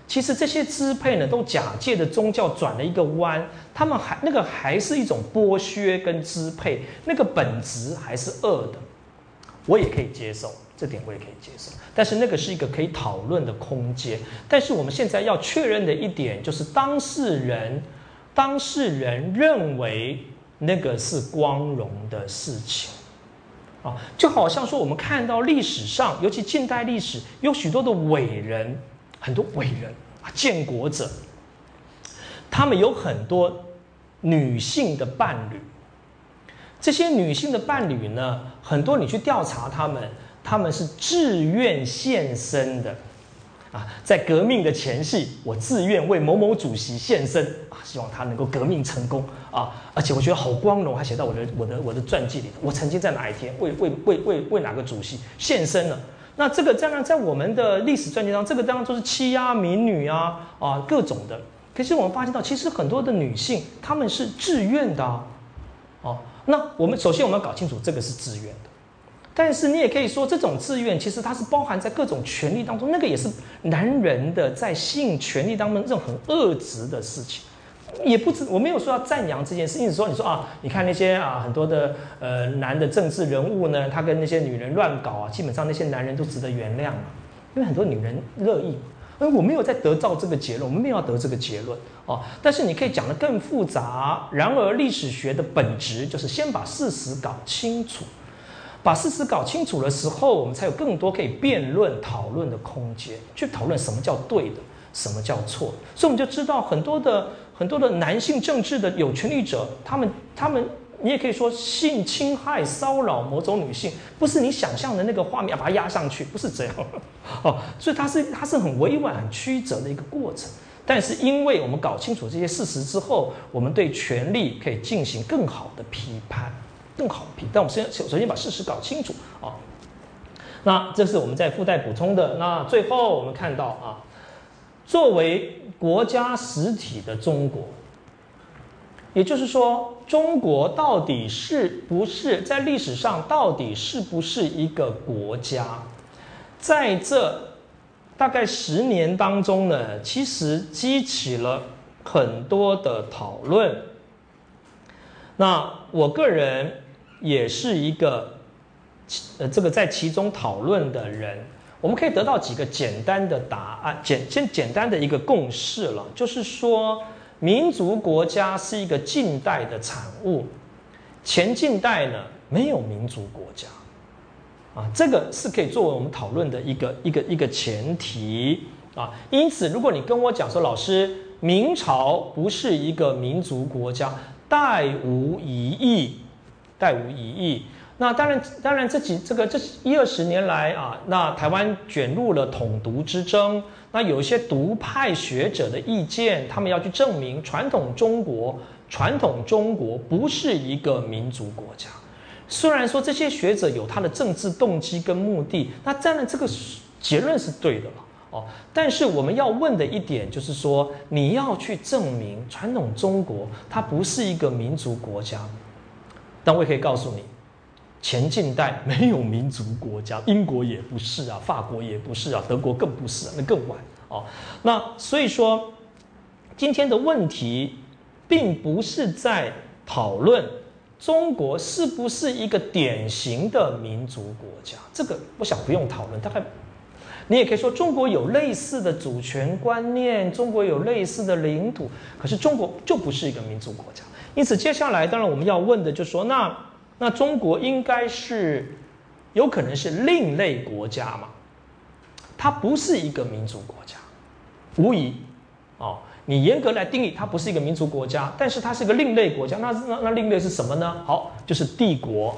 其实这些支配呢，都假借的宗教转了一个弯，他们还那个还是一种剥削跟支配，那个本质还是恶的，我也可以接受，这点我也可以接受。但是那个是一个可以讨论的空间。但是我们现在要确认的一点就是，当事人当事人认为那个是光荣的事情。啊，就好像说我们看到历史上，尤其近代历史，有许多的伟人。很多伟人啊，建国者，他们有很多女性的伴侣。这些女性的伴侣呢，很多你去调查他们，他们是自愿献身的啊。在革命的前夕，我自愿为某某主席献身啊，希望他能够革命成功啊。而且我觉得好光荣，还写到我的我的我的传记里，我曾经在哪一天为为为为为哪个主席献身了。那这个当然在我们的历史传记上，这个当然都是欺压民女啊啊各种的。可是我们发现到，其实很多的女性她们是自愿的啊。哦，那我们首先我们要搞清楚这个是自愿的，但是你也可以说这种自愿其实它是包含在各种权利当中，那个也是男人的在性权利当中这种很恶质的事情。也不止，我没有说要赞扬这件事，因此说你说啊，你看那些啊很多的呃男的政治人物呢，他跟那些女人乱搞啊，基本上那些男人都值得原谅嘛，因为很多女人乐意嘛。而我没有在得到这个结论，我们没有要得这个结论哦。但是你可以讲得更复杂。然而历史学的本质就是先把事实搞清楚，把事实搞清楚的时候，我们才有更多可以辩论讨论的空间，去讨论什么叫对的，什么叫错。所以我们就知道很多的。很多的男性政治的有权力者，他们他们，你也可以说性侵害、骚扰某种女性，不是你想象的那个画面，把它压上去，不是这样哦。所以它是它是很委婉、很曲折的一个过程。但是因为我们搞清楚这些事实之后，我们对权力可以进行更好的批判，更好的批判。但我们先首先把事实搞清楚啊、哦。那这是我们在附带补充的。那最后我们看到啊，作为国家实体的中国，也就是说，中国到底是不是在历史上到底是不是一个国家？在这大概十年当中呢，其实激起了很多的讨论。那我个人也是一个呃这个在其中讨论的人。我们可以得到几个简单的答案，简先简单的一个共识了，就是说，民族国家是一个近代的产物，前近代呢没有民族国家，啊，这个是可以作为我们讨论的一个一个一个前提啊。因此，如果你跟我讲说，老师，明朝不是一个民族国家，殆无疑义，殆无疑义。那当然，当然这几这个这一二十年来啊，那台湾卷入了统独之争。那有一些独派学者的意见，他们要去证明传统中国，传统中国不是一个民族国家。虽然说这些学者有他的政治动机跟目的，那当然这个结论是对的了哦。但是我们要问的一点就是说，你要去证明传统中国它不是一个民族国家，但我也可以告诉你。前近代没有民族国家，英国也不是啊，法国也不是啊，德国更不是啊，那更晚哦。那所以说，今天的问题并不是在讨论中国是不是一个典型的民族国家，这个我想不用讨论。大概你也可以说，中国有类似的主权观念，中国有类似的领土，可是中国就不是一个民族国家。因此，接下来当然我们要问的就是说，那。那中国应该是有可能是另类国家嘛？它不是一个民族国家，无疑哦。你严格来定义，它不是一个民族国家，但是它是一个另类国家。那那那另类是什么呢？好，就是帝国。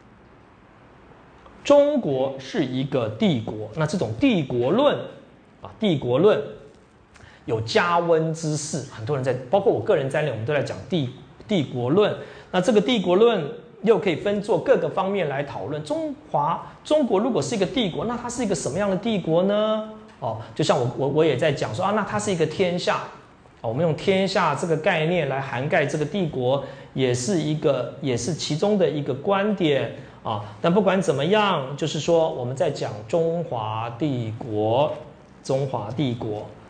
中国是一个帝国，那这种帝国论啊，帝国论有加温之势，很多人在，包括我个人在内，我们都在讲帝帝国论。那这个帝国论。又可以分作各个方面来讨论。中华中国如果是一个帝国，那它是一个什么样的帝国呢？哦，就像我我我也在讲说啊，那它是一个天下。我们用天下这个概念来涵盖这个帝国，也是一个也是其中的一个观点啊。但不管怎么样，就是说我们在讲中华帝国，中华帝国。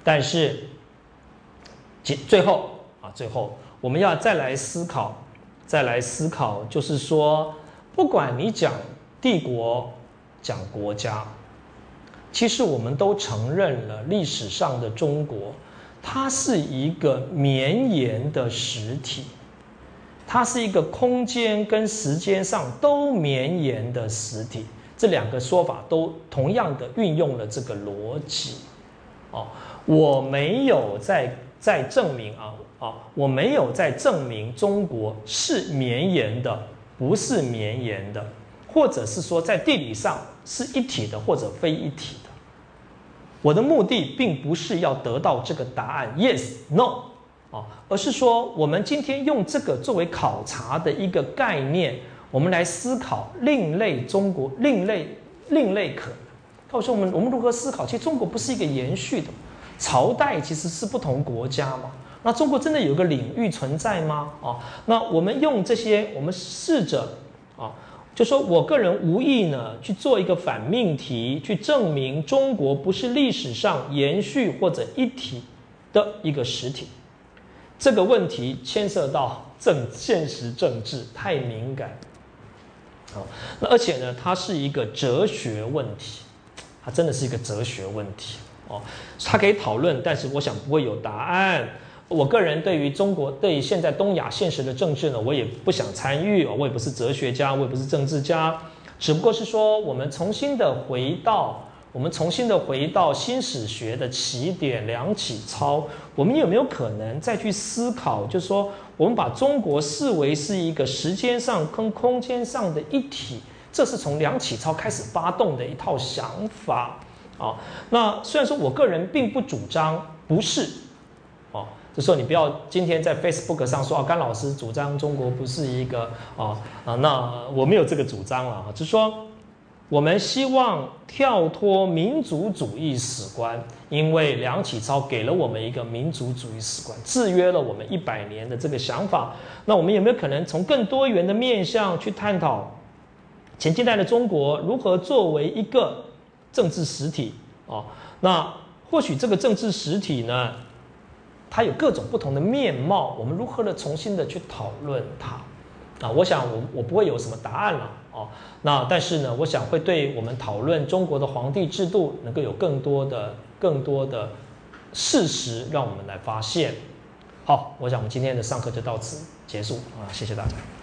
但是最后啊，最后我们要再来思考，再来思考，就是说，不管你讲帝国，讲国家，其实我们都承认了历史上的中国，它是一个绵延的实体，它是一个空间跟时间上都绵延的实体。这两个说法都同样的运用了这个逻辑。哦，我没有在在证明啊啊，我没有在证明中国是绵延的，不是绵延的，或者是说在地理上是一体的或者非一体的。我的目的并不是要得到这个答案 yes no 啊，而是说我们今天用这个作为考察的一个概念，我们来思考另类中国，另类另类可能。告诉我们，我们如何思考？其实中国不是一个延续的朝代，其实是不同国家嘛。那中国真的有个领域存在吗？啊，那我们用这些，我们试着啊，就说我个人无意呢去做一个反命题，去证明中国不是历史上延续或者一体的一个实体。这个问题牵涉到政现实政治，太敏感。好，那而且呢，它是一个哲学问题。它真的是一个哲学问题哦，它可以讨论，但是我想不会有答案。我个人对于中国，对于现在东亚现实的政治呢，我也不想参与，我也不是哲学家，我也不是政治家，只不过是说，我们重新的回到，我们重新的回到新史学的起点梁启超，我们有没有可能再去思考，就是说，我们把中国视为是一个时间上跟空间上的一体？这是从梁启超开始发动的一套想法啊。那虽然说我个人并不主张不是哦，就说你不要今天在 Facebook 上说啊，甘老师主张中国不是一个啊啊，那我没有这个主张了啊，就是说我们希望跳脱民族主义史观，因为梁启超给了我们一个民族主义史观，制约了我们一百年的这个想法。那我们有没有可能从更多元的面向去探讨？前近代的中国如何作为一个政治实体哦？那或许这个政治实体呢，它有各种不同的面貌，我们如何的重新的去讨论它啊？我想我我不会有什么答案了哦。那但是呢，我想会对我们讨论中国的皇帝制度能够有更多的更多的事实让我们来发现。好，我想我们今天的上课就到此结束啊，谢谢大家。